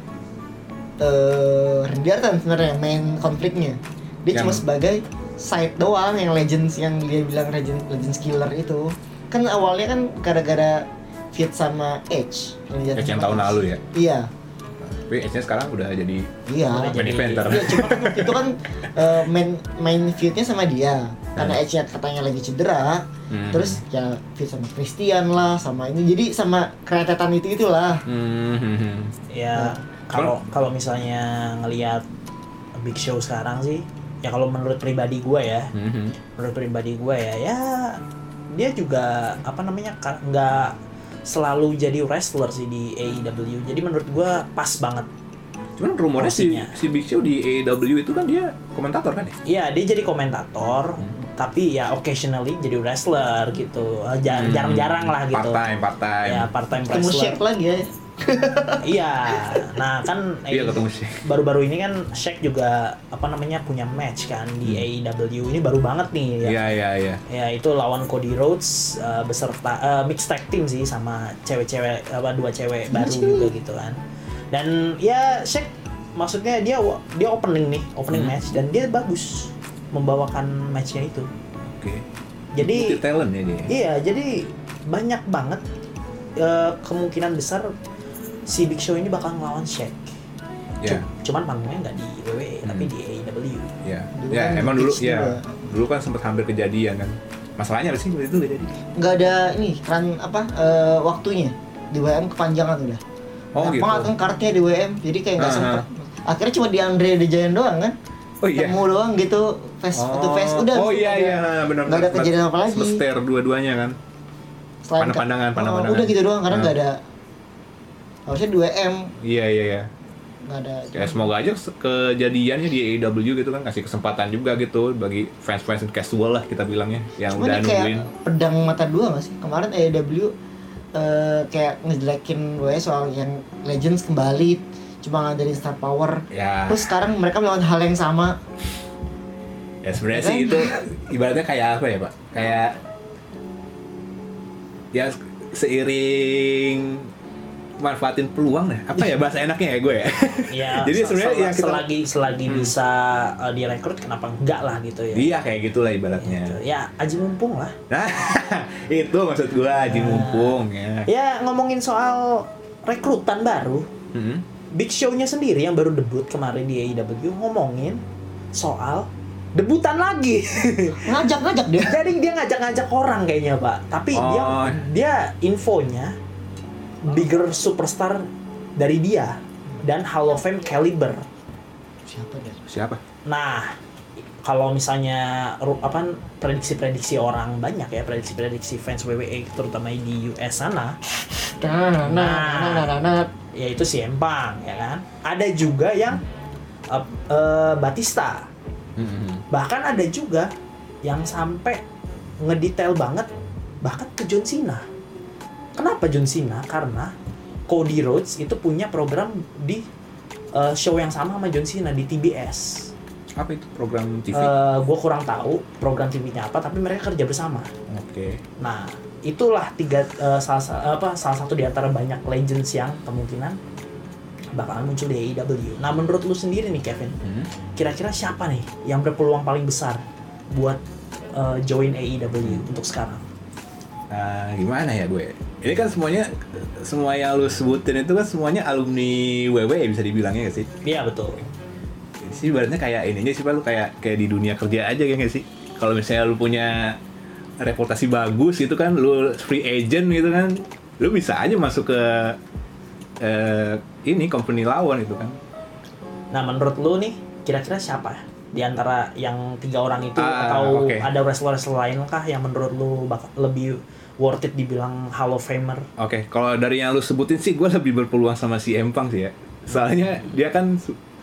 eh Randy Orton sebenarnya main konfliknya. Dia Yang- cuma sebagai side doang yang legends yang dia bilang legend legends killer itu. Kan awalnya kan gara-gara feud sama Edge. Edge yang tahun lalu ya. Iya. Tapi Edge-nya sekarang udah jadi Iya. main eventer. Iya, cuma kan waktu itu kan eh, main main feudnya sama dia. Karena Hmm. Edge-nya katanya lagi cedera. Hmm. Terus ya feud sama Christian lah, sama ini. Jadi sama keretetan itu itulah. Hmm, hmm, hmm. Ya kalau kalau misalnya ngelihat Big Show sekarang sih, ya kalau menurut pribadi gue ya, Hmm, hmm. menurut pribadi gue ya, ya dia juga apa namanya ka- nggak selalu jadi wrestler sih di A E W. Jadi menurut gue pas banget. Cuman rumornya si, Porsinya. si Big Show di A E W itu kan dia komentator kan ya? Iya dia jadi komentator, tapi ya occasionally jadi wrestler gitu. Jar- Hmm. Jarang-jarang lah gitu. Part time, part time. Ya part time Ketemu wrestler. Shaq lagi ya. Iya. Nah kan Iya ketemu sih. baru-baru ini kan Shaq juga apa namanya punya match kan di A E W. Ini baru banget nih ya. Iya, iya, iya. Ya itu lawan Cody Rhodes uh, beserta uh, mixed tag team sih sama cewek-cewek apa dua cewek baru juga gitu kan. Dan ya Shaq maksudnya dia dia opening nih, opening Hmm. match dan dia bagus membawakan matchnya itu. Oke. Jadi Multi talent ya dia. iya, jadi banyak banget uh, kemungkinan besar si Big Show ini bakal ngelawan Shaq. Ya. Cu- Cuman panggungnya nggak di W W E Hmm. tapi di A E W. Ya. Dulu Ya, kan emang dulu Edge ya. juga. Dulu kan sempat hampir kejadian kan. Masalahnya apa sih waktu itu gak jadi? Nggak ada ini kan apa eh, waktunya di W M kepanjangan udah. Oh, Apa gitu. nggak kan kartnya di W M jadi kayak nggak Ah, sempet. Akhirnya cuma di Andre The Giant doang kan. Oh iya. Temu doang gitu face to face udah. Oh iya nggak ada- iya benar. nggak ada kejadian apa lagi. Semester dua-duanya kan. Selain Pandang-pandangan, oh, pandang-pandangan. udah gitu doang karena Hmm. nggak ada. Harusnya di W M Iya iya iya. nggak ada. Ya semoga aja se- kejadiannya di A E W gitu kan kasih kesempatan juga gitu bagi fans-fans casual lah kita bilangnya yang Cuman udah ini kayak nungguin. pedang mata dua nggak sih? Kemarin A E W eh, kayak ngejelekin W W E soal yang Legends kembali cuma ngadain Star Power. Ya. Terus sekarang mereka melakukan hal yang sama. Ya sebenarnya sih itu ibaratnya kayak apa ya Pak? Kayak ya seiring manfaatin peluang deh. Apa ya bahasa enaknya ya gue ya? Ya, Jadi se- sebenarnya sel- yang kita- selagi selagi bisa uh, direkrut kenapa enggak lah gitu ya. Iya kayak gitulah ibaratnya. Gitu. Ya aji mumpung lah. Nah, itu maksud gue aji mumpung ya. Ya ngomongin soal rekrutan baru, Hmm. Big Show-nya sendiri yang baru debut kemarin di A E W ngomongin soal debutan lagi. Ngajak-ngajak dia. Jadi dia ngajak-ngajak orang kayaknya Pak. Tapi dia Oh. dia infonya bigger superstar dari dia dan Hall of Fame caliber. Siapa dia? Siapa? Nah, kalau misalnya ru- apa prediksi-prediksi orang banyak ya, prediksi-prediksi fans W W E terutama di U S sana, Nah, nah, nah, nah, nah, nah. yaitu si Empang ya kan. Ada juga yang uh, uh, Batista. Hmm. Bahkan ada juga yang sampai ngedetail banget bahkan ke John Cena. Kenapa John Cena? Karena Cody Rhodes itu punya program di uh, show yang sama sama John Cena di T B S. Apa itu program T V? gue kurang tahu program T V-nya apa, tapi mereka kerja bersama. Oke. Nah, itulah tiga uh, salah, sa- apa, salah satu di antara banyak legends yang kemungkinan bakalan muncul di A E W. Nah, menurut lu sendiri nih Kevin, Hmm. kira-kira siapa nih yang berpeluang paling besar buat uh, join A E W untuk sekarang? Nah, gimana ya gue? Ini kan semuanya semua yang lu sebutin itu kan semuanya alumni W W E bisa dibilangnya gak sih? Iya betul. Sih ibaratnya kayak ininya sih Pak, lu kayak kayak di dunia kerja aja ya nggak sih? Kalau misalnya lu punya reputasi bagus gitu kan, lu free agent gitu kan, lu bisa aja masuk ke uh, ini company lawan gitu kan. Nah menurut lu nih kira-kira siapa di antara yang tiga orang itu Ah, atau okay. ada wrestler-wrestler lain kah yang menurut lu bakal lebih worth it dibilang Hall of Famer? Oke, okay, kalau dari yang lu sebutin sih gue lebih berpeluang sama si C M Punk sih ya. Soalnya dia kan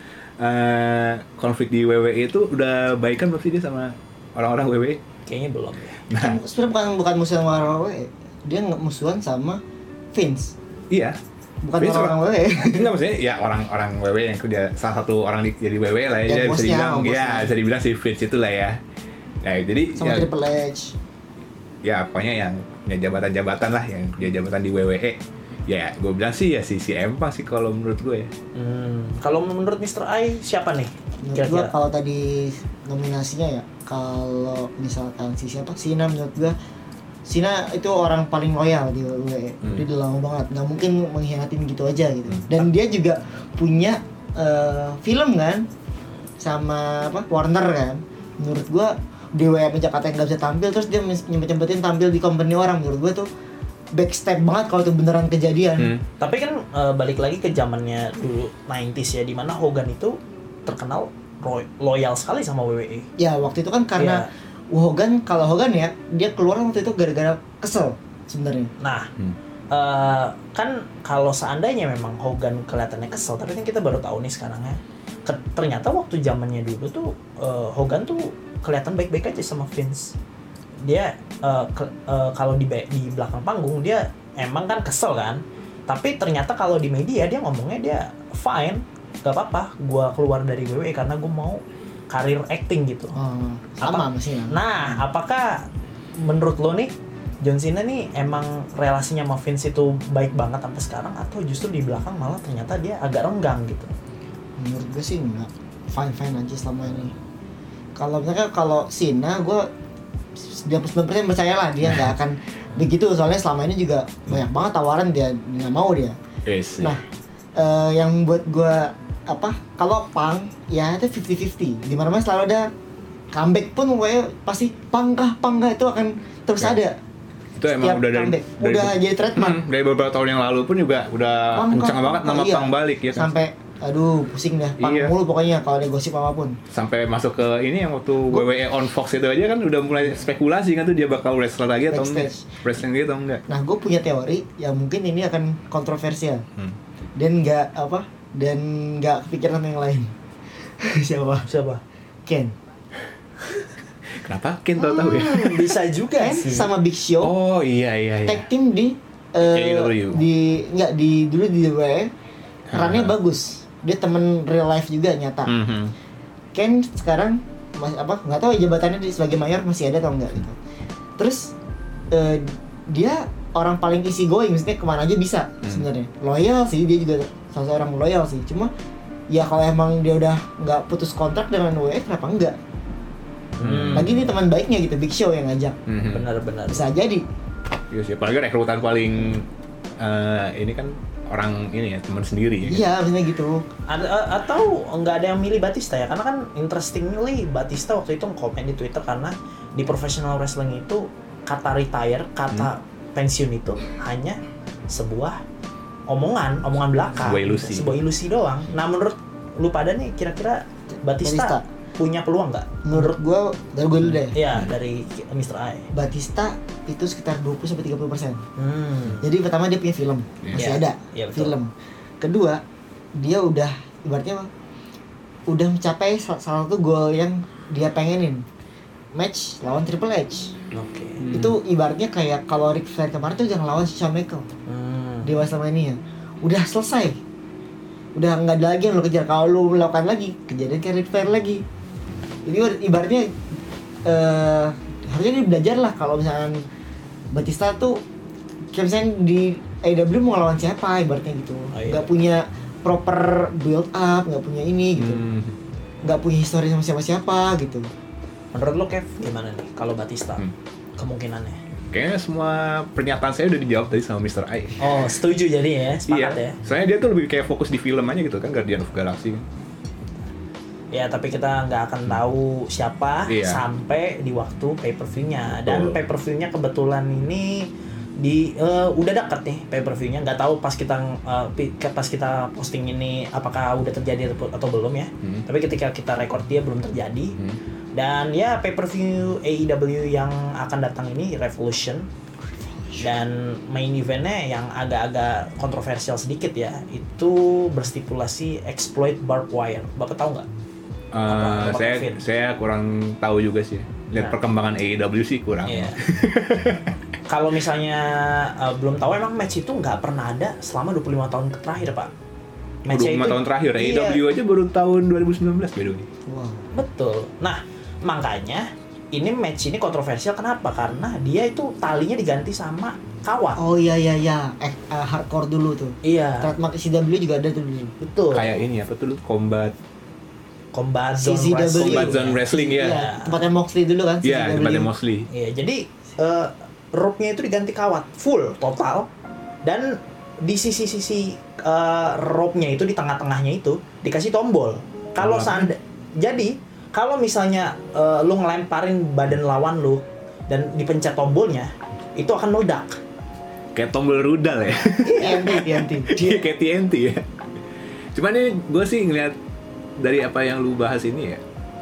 uh, konflik di W W E itu udah baikan belum sih dia sama orang-orang W W E? Kayaknya belum ya. Nah, Kan sebenarnya bukan bukan musuhan sama W W E, dia nggak musuhan sama Vince, iya. bukan Vince orang-orang W W E. Enggak, maksudnya ya orang-orang W W E yang dia salah satu orang di jadi W W E lah ya, Ya, dia bisa bosnya, dibilang bosnya. ya bisa dibilang si Vince itu lah ya. Nah, jadi Sama ya, Triple H. ya pokoknya yang punya jabatan-jabatan lah, yang punya jabatan di W W E. Ya, gue bilang sih ya si si C M Punk sih kalau menurut gue ya. Hmm, kalau menurut mister I siapa nih? Menurut gua Kira-kira. kalau tadi nominasinya ya, kalau misalkan si siapa, Cena, menurut gua Cena itu orang paling loyal di W W E. Hmm. Dia udah lama banget, nggak mungkin mengkhianatin gitu aja gitu. Hmm. Dan dia juga punya eh, film kan sama apa Warner kan. Menurut gua di W W E Jakarta yang nggak bisa tampil, terus dia nyempet-nyempetin tampil di company orang. Menurut gua tuh backstep banget kalau itu beneran kejadian. Hmm. Tapi kan eh, balik lagi ke zamannya dulu sembilan puluhan ya, di mana Hogan itu terkenal roy- loyal sekali sama W W E. Ya waktu itu kan karena Hogan, kalau Hogan ya dia keluar waktu itu gara-gara kesel sebenarnya. Nah, Hmm. eh, kan kalau seandainya memang Hogan kelihatannya kesel, tapi kan kita baru tahu nih sekarang ya. Ke- ternyata waktu zamannya dulu tuh eh, Hogan tuh kelihatan baik-baik aja sama Vince. Dia eh, ke- eh, kalau di be- di belakang panggung dia emang kan kesel kan. Tapi ternyata kalau di media dia ngomongnya dia fine, gak apa-apa, gua keluar dari W W E karena gua mau karir acting gitu. Oh, sama Apa? masih ya. Nah, apakah menurut lo nih John Cena nih emang relasinya sama Vince itu baik banget sampai sekarang, atau justru di belakang malah ternyata dia agak renggang gitu? Menurut gue sih enggak, fine fine aja selama ini. Kalau misalnya kalau Cena, gue sembilan puluh sembilan persen percaya lah dia nggak akan begitu, soalnya selama ini juga banyak banget tawaran dia nggak mau dia. Yes. Nah, eh, yang buat gue apa? Kalau Punk ya itu fifty fifty. Di mana-mana selalu ada comeback pun, gue pasti Punk kah Punk kah itu akan terus Ya. ada. Itu emang Setiap udah dari, comeback. dari Udah jadi trademark. Hmm, dari beberapa tahun yang lalu pun juga udah Punk kencang kah, banget Punk nama kah, iya. Punk balik ya kan. Sampai aduh pusing dah, Punk Iya. mulu pokoknya kalau ada gosip apapun. Sampai masuk ke ini yang waktu W W E on Fox itu aja kan udah mulai spekulasi kan tuh dia bakal wrestler lagi atau enggak, Backstage. wrestling gitu atau enggak. Nah, gue punya teori yang mungkin ini akan kontroversial Hmm. dan nggak apa dan nggak kepikiran yang lain. Siapa? Siapa? Ken. Kenapa Ken tahu-tahu ya? Hmm, bisa juga Ken sih. sama Big Show Oh iya iya iya. tag team di eh, A E W. di nggak di dulu di W W E. Runnya Hmm. bagus. Dia temen real life juga nyata. Mhm. Ken sekarang mas, apa nggak tahu ya jabatannya di sebagai mayor masih ada atau enggak gitu. Terus eh, dia orang paling easy going, maksudnya kemana aja bisa Hmm. sebenarnya. Loyal sih, dia juga salah seorang loyal sih. Cuma ya kalau emang dia udah nggak putus kontrak dengan W W E, kenapa enggak? Hmm. Lagi ini teman baiknya gitu, Big Show yang ngajak. Mhm. Benar-benar. Bisa jadi. Iya sih, apalagi rekrutan paling eh, ini kan orang ini ya teman sendiri ya. Iya, maksudnya gitu. Ada, a- atau nggak ada yang milih Batista ya? Karena kan interestingly Batista waktu itu komen di Twitter karena di professional wrestling itu kata retire, kata pensiun itu hanya sebuah omongan, omongan belaka, Sebuah ilusi. sebuah ilusi doang. Nah menurut lu pada nih kira-kira Batista, Batista. punya peluang nggak? Menurut gua, dari gue dulu deh. Ya dari mister I. Batista itu sekitar dua puluh sampai tiga puluh persen. Hmm. Jadi pertama dia punya film, Iya. masih Iya, ada iya, betul. film. Kedua, dia udah ibaratnya apa? Udah mencapai sal- salah satu goal yang dia pengenin. Match lawan Triple H. Oke. Hmm. Itu ibaratnya kayak kalau Ric Flair kemarin tuh jangan lawan Shawn Michaels Hmm. di WrestleMania. Udah selesai. Udah nggak ada lagi yang lo kejar. Kalau lo melakukan lagi, kejadian kayak Ric Flair lagi. Jadi ibaratnya eh harusnya dia belajar lah kalau misalkan Batista tuh kayak misalnya di A E W mau ngelawan siapa ibaratnya gitu, Oh, iya. nggak punya proper build up, nggak punya ini gitu, Hmm. nggak punya histori sama siapa-siapa gitu. Menurut lo Kev gimana nih kalau Batista Hmm. kemungkinannya? Kayaknya semua pernyataan saya udah dijawab tadi sama mister I. Oh setuju jadi ya, sepakat Iya. ya. Soalnya dia tuh lebih kayak fokus di film aja gitu kan, Guardian of Galaxy kan. Ya, tapi kita nggak akan tahu siapa Iya. sampai di waktu pay-per-view-nya. Dan Betul. pay-per-view-nya kebetulan ini di eh, udah dekat nih pay-per-view-nya. Nggak tahu pas kita eh, pi- pas kita posting ini apakah udah terjadi atau, atau belum ya. Hmm. Tapi ketika kita record dia belum terjadi. Hmm. Dan ya pay-per-view A E W yang akan datang ini Revolution. Dan main eventnya yang agak-agak kontroversial sedikit ya, itu berstipulasi exploit barbed wire. Bapak tahu nggak? Eh, Apa- apa saya Kevin? saya kurang tahu juga sih. Lihat Nah. perkembangan A E W sih kurang. Iya. Kalau misalnya uh, belum tahu, emang match itu nggak pernah ada selama dua puluh lima tahun terakhir, Pak. dua puluh lima tahun terakhir A E W Iya, aja baru tahun dua ribu sembilan belas by the way. Wow. betul. Nah, makanya ini match ini kontroversial kenapa? Karena dia itu talinya diganti sama kawat. Oh iya iya iya, eh, eh, hardcore dulu tuh. Iya, Trademark C W juga ada tuh dulu. betul. Kayak ini apa tuh combat Combat Zone C Z W. Wrestling. Combat Zone Wrestling ya. Iya, tempatnya Moxley dulu kan. Iya, C Z W. tempatnya Mosley. Iya, jadi uh, rope-nya itu diganti kawat full total, dan di sisi-sisi uh, rope-nya itu di tengah-tengahnya itu dikasih tombol. Kalau Tombol apa? seanda jadi kalau misalnya uh, lu ngelemparin badan lawan lu dan dipencet tombolnya, itu akan meledak. Kayak tombol rudal ya. T N T, T N T. Iya kayak T N T ya. Cuman ini gue sih ngeliat dari apa yang lu bahas ini ya,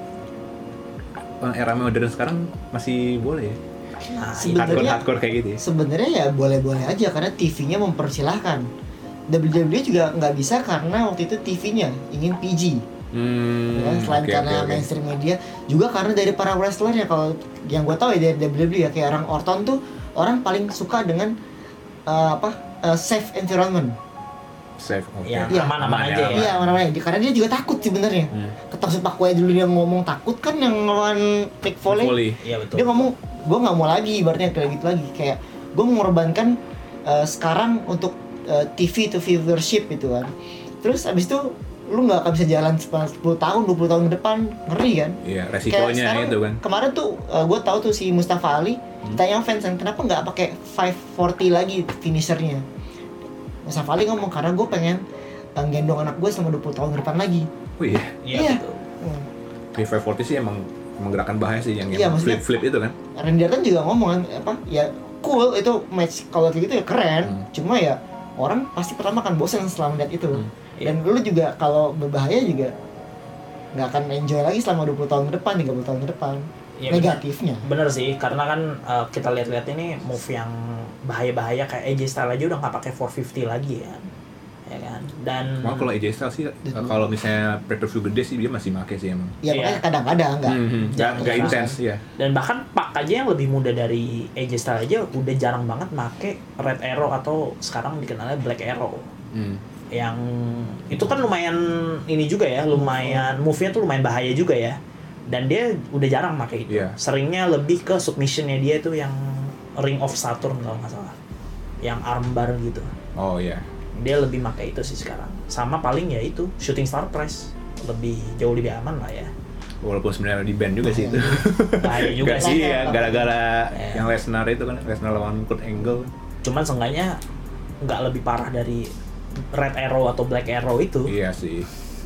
era modern sekarang masih boleh ya. Nah, Sebenarnya- Hardcore hardcore kayak gitu ya. Sebenarnya ya boleh-boleh aja karena T V-nya mempersilahkan. W W E juga nggak bisa karena waktu itu T V-nya ingin P G. Hmm, Ya, selain oke, karena oke, oke. mainstream media, juga karena dari para wrestlernya. Kalau yang gue tahu ya dari W W E ya, kayak orang Orton tuh orang paling suka dengan uh, apa uh, safe environment. Safe, oke. Ya, Iya. aman-aman aja ya. Iya, mana-mana. Karena dia juga takut sebenarnya. Hmm. Ketok sepak bola dulu dia ngomong takut kan yang lawan Mick Foley. Foley. Iya, betul. Dia ngomong, gue nggak mau lagi, ibaratnya kayak gitu lagi. Kayak gue mengorbankan uh, sekarang untuk uh, T V to viewership gitu kan. Terus abis itu lu nggak akan bisa jalan sepuluh tahun, dua puluh tahun ke depan, ngeri kan? Iya, Kayak resikonya sekarang, itu kan. Kemarin tuh uh, gue tahu tuh si Mustafa Ali tanya fans kan kenapa nggak pakai lima forty lagi finishernya. Mustafa Ali ngomong karena gue pengen uh, gendong anak gue selama dua puluh tahun ke depan lagi. Oh iya. Iya, Iya. betul. Hmm. lima forty sih emang menggerakkan bahaya sih yang, Iya, yang maksudnya- flip-flip itu kan. Randy Orton juga ngomong kan, apa ya cool itu match kalau kayak gitu ya keren. Hmm. Cuma ya orang pasti pertama akan bosan setelah melihat itu. Hmm. Dan lu juga kalau berbahaya juga nggak akan enjoy lagi selama dua puluh tahun ke depan, tiga puluh tahun ke depan. Iya, Negatifnya. Bener sih, karena kan uh, kita lihat-lihat ini move yang bahaya-bahaya kayak A J Styles aja udah nggak pakai four fifty lagi ya, ya kan? Dan Cuma kalau A J Styles sih, kalau misalnya pay-per-view gede sih dia masih make sih emang. Ya Iya. makanya kadang-kadang nggak. Hmm, hmm. Nggak nggak Jarang. intens ya. dan bahkan Pak aja yang lebih muda dari A J Styles aja udah jarang banget make Red Arrow atau sekarang dikenalnya Black Arrow. Hmm. Yang itu kan lumayan ini juga ya, lumayan move-nya tuh lumayan bahaya juga ya. Dan dia udah jarang make itu. Iya. Seringnya lebih ke submission-nya dia tuh yang Ring of Saturn kalau nggak salah. Yang armbar gitu. Oh iya. Dia lebih pakai itu sih sekarang. Sama paling ya itu Shooting Star Press, lebih jauh lebih aman lah ya. Walaupun sebenarnya di band juga sih itu. Bahaya juga Nggak sih. sih ya, gara-gara Iya. yang Lesnar itu kan, Lesnar lawan Kurt Angle. Cuman seenggaknya nggak lebih parah dari Red Arrow atau Black Arrow itu. Iya sih.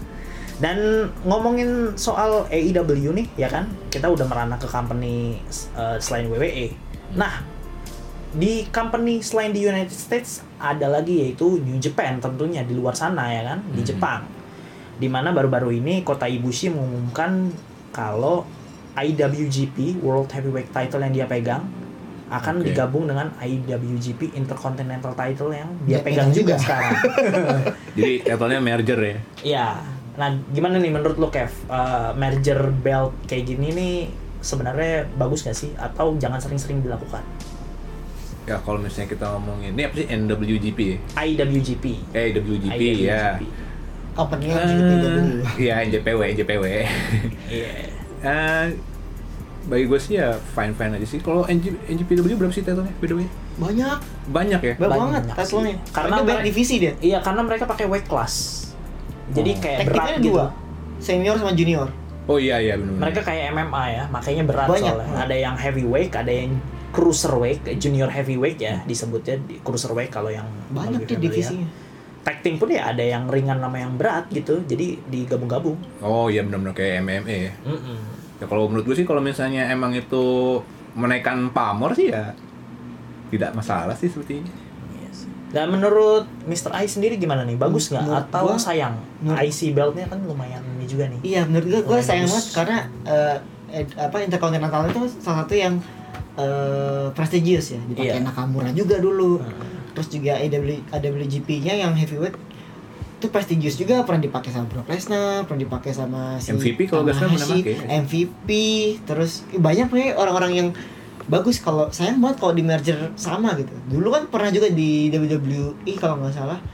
Dan ngomongin soal A E W nih ya kan, kita udah merana ke company uh, selain W W E. Nah, di company selain di United States ada lagi yaitu New Japan tentunya di luar sana ya kan, di Hmm. Jepang. Dimana baru-baru ini Kota Ibushi mengumumkan kalau I W G P World Heavyweight Title yang dia pegang akan Oke. digabung dengan I W G P Intercontinental Title yang dia, Dia pegang pegang juga juga. sekarang. Jadi title-nya merger ya. Iya. Nah, gimana nih menurut lo, Kev? Uh, merger belt kayak gini nih sebenarnya bagus gak sih? Atau jangan sering-sering dilakukan? Ya kalau misalnya kita ngomongin, ini apa sih N W G P ya? I W G P. Eh W G P I W G P. ya. Company-nya Eh, juga beda dulu. Iya N J P W, N J P W. Iya. Eh, bagi gue sih ya fine-fine aja sih. Kalau N J P W berapa sih title-nya? By the way? Banyak, Banyak ya? banyak banget Banyak title-nya. sih. Karena Karena banyak mereka- divisi dia. Iya, karena mereka pakai weight class. Jadi Oh. kayak Tag berat team-nya gitu. dua, senior sama junior. Oh iya iya benar. Mereka kayak M M A ya, makanya berat Banyak. soalnya. Ada yang heavyweight, ada yang cruiserweight, junior heavyweight ya disebutnya di cruiserweight kalau yang Banyak lebih tuh familiar. divisinya. tag team pun ya ada yang ringan sama yang berat gitu, jadi digabung-gabung. Oh iya benar-benar kayak M M A ya. Mm-mm. Ya kalau menurut gue sih kalau misalnya emang itu menaikkan pamor sih ya tidak masalah sih sepertinya. Yes. Dan menurut mister I sendiri gimana nih? Bagus nggak Menurut atau gua- sayang? menurut- I C beltnya kan lumayan ini juga nih. Iya, menurut gue gue Lumayan sayang bagus. banget karena eh, ed- apa Intercontinental itu salah satu yang eh, prestigious ya, dipakai Iya. Nakamura juga dulu. Hmm. Terus juga A W A W G P-nya yang heavyweight itu prestigious juga, pernah dipakai sama Brock Lesnar, pernah dipakai sama si M V P kalau nggak salah pernah Tanahashi, pakai. M V P, terus banyak nih orang-orang yang bagus. Kalau sayang banget kalau di merger sama gitu. Dulu kan pernah juga di W W E kalau nggak salah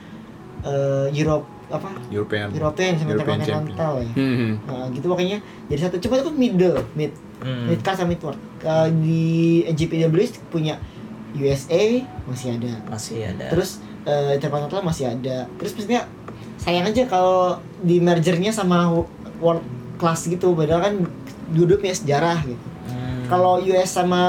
eh, Europe apa European European sama European Intercontinental ya. Hmm. Nah, gitu makanya jadi satu. Coba itu kan middle, mid, Hmm. mid card sama midward. Uh, di G P W punya U S A masih ada. Masih ada. Terus uh, Intercontinental masih ada. Terus maksudnya sayang aja kalau di mergernya sama world class gitu, padahal kan duduk punya sejarah gitu. Hmm. Kalau U S sama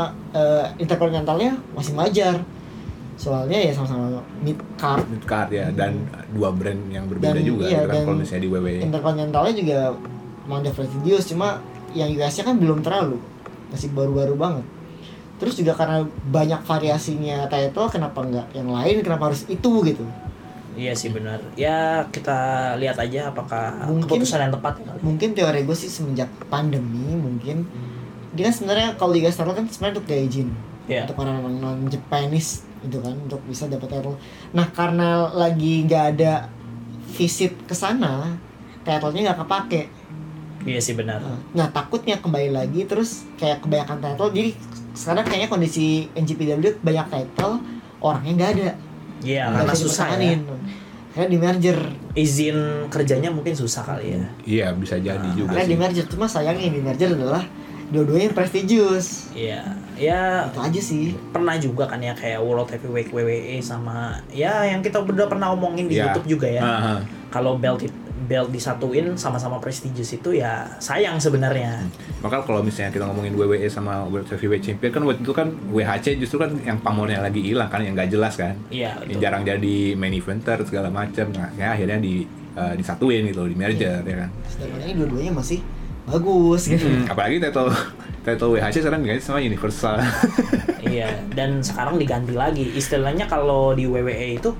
uh, Intercontinentalnya masih wajar. Soalnya ya sama-sama mid card. Mid card ya, dan dua brand yang berbeda Dan juga iya, gitu kan dan kalau misalnya di W W E. Intercontinentalnya juga mau ada prestigious, cuma yang U S-nya kan belum terlalu, masih baru-baru banget. Terus juga karena banyak variasinya title, kenapa enggak yang lain, kenapa harus itu gitu. Iya sih benar. Ya kita lihat aja apakah Mungkin- keputusan yang tepat ya kali. Mungkin teori gue sih semenjak pandemi mungkin dia kan sebenarnya kalau Liga Star kan sebenarnya untuk gaijin, Iya. untuk orang-orang non Japanese gitu kan, untuk bisa dapat title. Nah karena lagi nggak ada visit ke sana, title-nya nggak kepake. Iya sih benar. Nah takutnya kembali lagi terus kayak kebanyakan title, jadi sekarang kayaknya kondisi N G P W banyak title, orangnya nggak ada. Iya, Nggak karena bisa susah ya. dipertahanin. Karena di merger, Izin kerjanya mungkin susah kali ya. Iya bisa jadi juga karena di sih. merger. Cuma sayangnya di merger adalah dua-duanya yang prestigious. Iya. Ya Itu aja sih. pernah juga kan ya kayak World Heavyweight W W E sama ya yang kita udah pernah omongin di Iya. YouTube juga ya. Aha. Kalau belt it- belt disatuin sama-sama prestigious itu ya sayang sebenarnya. Maka kalau misalnya kita ngomongin W W E sama World Heavyweight Champion kan waktu itu kan W H C justru kan yang pamornya lagi hilang kan, yang nggak jelas kan. Iya, Yang betul. jarang jadi main eventer segala macam. Nah, ya akhirnya di eh, disatuin gitu, di merger ya kan. Sedangkan ini dua-duanya masih bagus gitu. Hmm, apalagi title title W H C sekarang diganti sama Universal. Iya, dan sekarang diganti lagi. Istilahnya kalau di W W E itu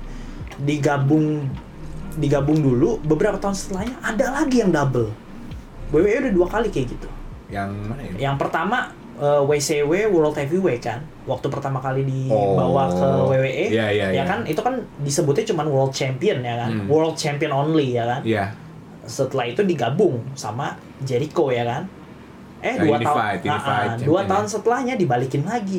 digabung digabung dulu, beberapa tahun setelahnya ada lagi yang double. W W E udah dua kali kayak gitu. Yang mana ya? Yang pertama eh, W C W World Heavyweight kan, waktu pertama kali dibawa Oh. ke W W E, Iya, iya, ya iya. kan itu kan disebutnya cuma World Champion ya kan, Hmm. World Champion only ya kan. Iya. Setelah itu digabung sama Jericho ya kan. Eh Nah, dua unified, tahun, unified nah, ah, champion dua ya. tahun setelahnya dibalikin lagi.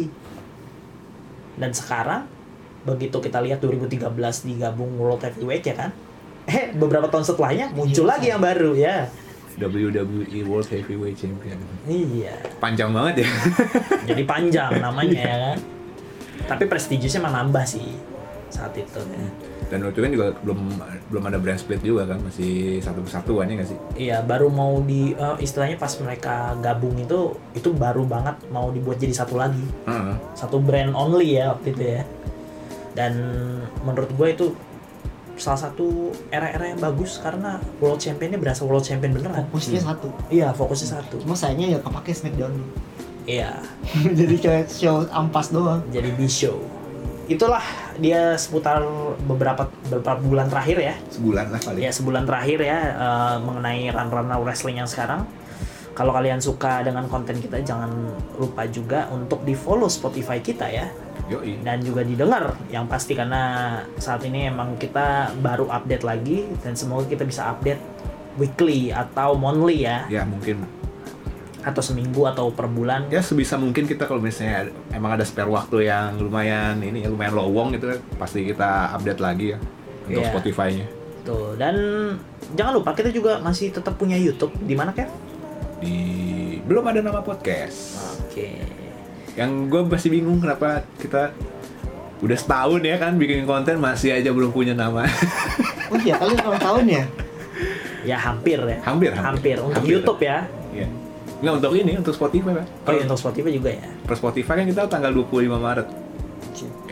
Dan sekarang begitu kita lihat dua ribu tiga belas digabung World Heavyweight ya kan. Eh beberapa tahun setelahnya muncul Iya. lagi yang baru ya. W W E World Heavyweight Champion. Iya. Panjang banget ya. Jadi panjang namanya ya kan. Tapi prestigiousnya emang nambah sih saat itu ya. Dan waktu itu kan juga belum belum ada brand split juga kan, masih satu kesatuan ya nggak sih? Iya, baru mau di eh, istilahnya pas mereka gabung itu itu baru banget mau dibuat jadi satu lagi. Heeh. Satu brand only ya waktu itu ya. Dan menurut gue itu salah satu era-era yang bagus karena World Championnya berasa World Champion beneran. Fokusnya satu. Iya, fokusnya satu. Cuma sayangnya nggak kepake Smackdown. Iya, Jadi kayak show ampas doang. jadi B-show. Itulah dia seputar beberapa beberapa bulan terakhir ya. Sebulan lah paling. Ya sebulan terakhir ya eh, mengenai run-run wrestling yang sekarang. Kalau kalian suka dengan konten kita, jangan lupa juga untuk di follow Spotify kita ya, Yoi. dan juga didengar yang pasti karena saat ini emang kita baru update lagi dan semoga kita bisa update weekly atau monthly ya, Ya mungkin atau seminggu atau per bulan. ya sebisa mungkin kita kalau misalnya emang ada spare waktu yang lumayan ini ya lumayan lowong gitu kan, pasti kita update lagi ya untuk Iya. Spotify-nya. Tuh, dan jangan lupa kita juga masih tetap punya YouTube di mana Kev? Di belum ada nama podcast. Oke. Yang gue masih bingung kenapa kita udah setahun ya kan bikin konten masih aja belum punya nama. Oh iya, kalian ulang tahun ya? Ya hampir ya. Hampir, hampir. Hampir untuk Hampir. YouTube ya. Iya. Nggak untuk ini, untuk Spotify, Pak. Oh iya, untuk Spotify juga ya. Per Spotify kan kita tanggal dua puluh lima Maret. Cik.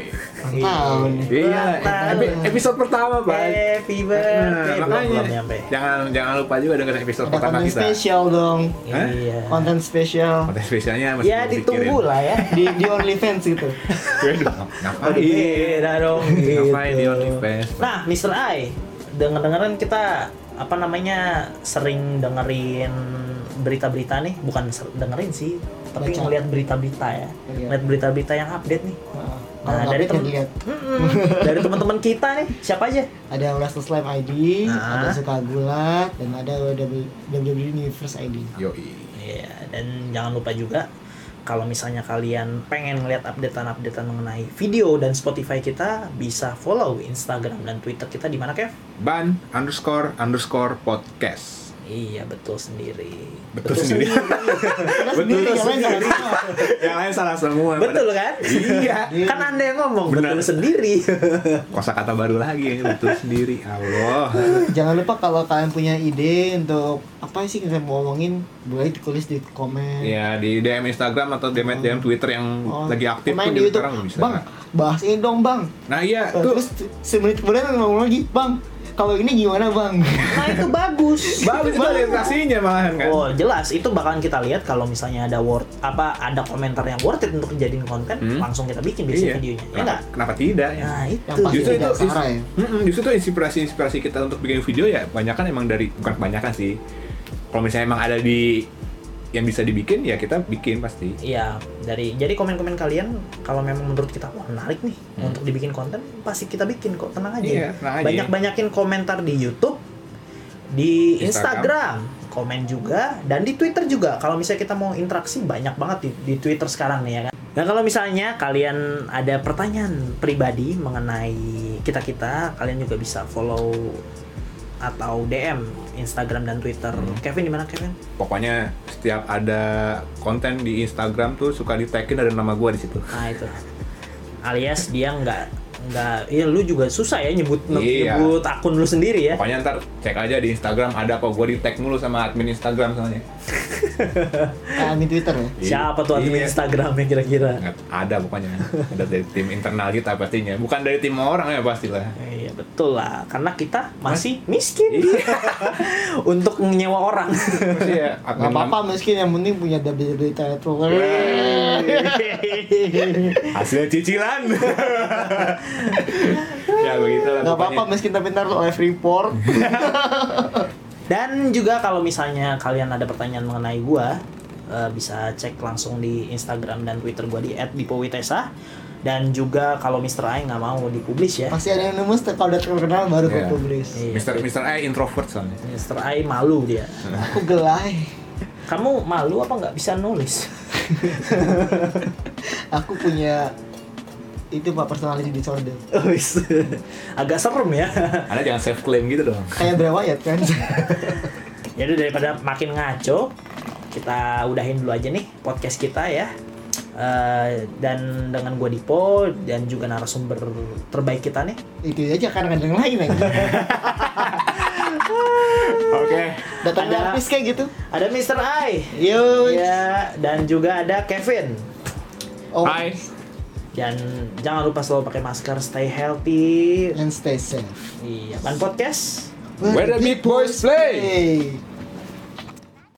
Tahun. Iya, epi- episode pertama, Pak. Happy Nah, birthday. Belum, makanya belum nyampe. jangan jangan lupa juga dengerin episode Ada pertama konten kita. spesial dong. Hah? Iya. Konten spesial Konten spesialnya masih Ya belum ditunggu dikirim. lah ya. di di OnlyFans gitu. Waduh, ngapain? Beda dong gitu. Ngapain di OnlyFans? Nah, mister I, denger-dengeran kita apa namanya sering dengerin berita-berita nih, bukan ser- dengerin sih, tapi Baca. ngeliat berita-berita ya, Iya. ngeliat berita-berita yang update nih. Nah, Nah, kalau dari nggak temen, lihat Mm-mm. dari teman-teman kita nih, siapa aja? ada Wrestle Slime I D, Nah. ada Suka Gulat, dan ada W W E Universe I D. Yoi. Iya, dan jangan lupa juga kalau misalnya kalian pengen ngeliat updatean-updatean mengenai video dan Spotify kita, bisa follow Instagram dan Twitter kita di mana, Kev? Ban underscore underscore podcast. Iya, betul sendiri. Betul sendiri. Betul Betul sendiri. Yang lain salah semua. Betul kan? Iya. Kan Anda yang ngomong, Benar. betul sendiri. Kosakata baru lagi, betul sendiri. Allah. Jangan lupa kalau kalian punya ide untuk apa sih yang saya mau ngomongin, boleh ditulis di komen. Ya di D M Instagram atau D M D M Twitter yang Oh, lagi aktif main tuh di juga YouTube. sekarang bisa. Bang, bahas ini dong, Bang. Nah iya Eh, tuh. Terus semenit kemudian ngomong lagi, Bang, kalau ini gimana, Bang? Nah, itu bagus. Bagus banget edukasinya malahan kan. Oh, jelas itu bakalan kita lihat kalau misalnya ada word apa ada komentar yang worth it untuk dijadiin konten, Hmm. langsung kita bikin biasanya Iya. videonya. Ya Kenapa, enggak? kenapa tidak ya? Nah, itu. Yang pasti Justru itu tidak Sarah ya. Mm-mm, justru itu inspirasi-inspirasi kita untuk bikin video ya banyak kan emang dari bukan kebanyakan sih. Kalau misalnya emang ada di yang bisa dibikin ya kita bikin pasti. Iya, dari jadi komen-komen kalian kalau memang menurut kita wah menarik nih Hmm. untuk dibikin konten, pasti kita bikin kok, tenang aja. Iya, tenang aja. Banyak-banyakin komentar di YouTube, di Instagram. Instagram, komen juga, dan di Twitter juga. Kalau misalnya kita mau interaksi banyak banget di, di Twitter sekarang nih ya kan. Nah, kalau misalnya kalian ada pertanyaan pribadi mengenai kita-kita, kalian juga bisa follow atau D M Instagram dan Twitter. Hmm. Kevin di mana, Kevin? Pokoknya setiap ada konten di Instagram tuh suka di-tagin ada nama gua di situ. Nah, itu. Alias dia nggak nggak ya lu juga susah ya nyebut Iya. nyebut akun lu sendiri ya. Pokoknya ntar cek aja di Instagram ada kok gua di-tag mulu sama admin Instagram soalnya. Kayak admin Twitter ya. Siapa tuh admin Iya. Instagramnya kira-kira? Nggak, ada pokoknya. Ada dari tim internal kita pastinya. Bukan dari tim orang ya pastilah. Iya betul lah, karena kita masih miskin Iya. untuk menyewa orang. Pasti ya Gak admin apa-apa, miskin yang penting punya W W E title. hasil cicilan. Ya begitu lah. Gak apa-apa, pokoknya. miskin tapi ntar live report. Dan juga kalau misalnya kalian ada pertanyaan mengenai gua, eh, bisa cek langsung di Instagram dan Twitter gua di et dipowitesa. Dan juga kalau mister I nggak mau dipublish ya. Pasti ada yang nemu kalau udah terkenal baru Iya. gue publish. Iya. Mister Mister A introvert soalnya. mister I malu dia. Aku gelai. Kamu malu apa nggak bisa nulis? Aku punya itu pak personality disorder. Wis. Agak serem ya. Anda jangan self claim gitu dong. Kayak Bray kan. Jadi daripada makin ngaco, kita udahin dulu aja nih podcast kita ya. Eh, dan dengan gua Dipo dan juga narasumber terbaik kita nih. Itu aja kan kadang lain lagi. Oke. Datang Ada- artis kayak gitu. Ada mister I. Yo. Ya, dan juga ada Kevin. Oh. Hai. Dan jangan lupa selalu pakai masker, stay healthy. And stay safe. Iya, Ban Podcast. Where the big boys play. Hey.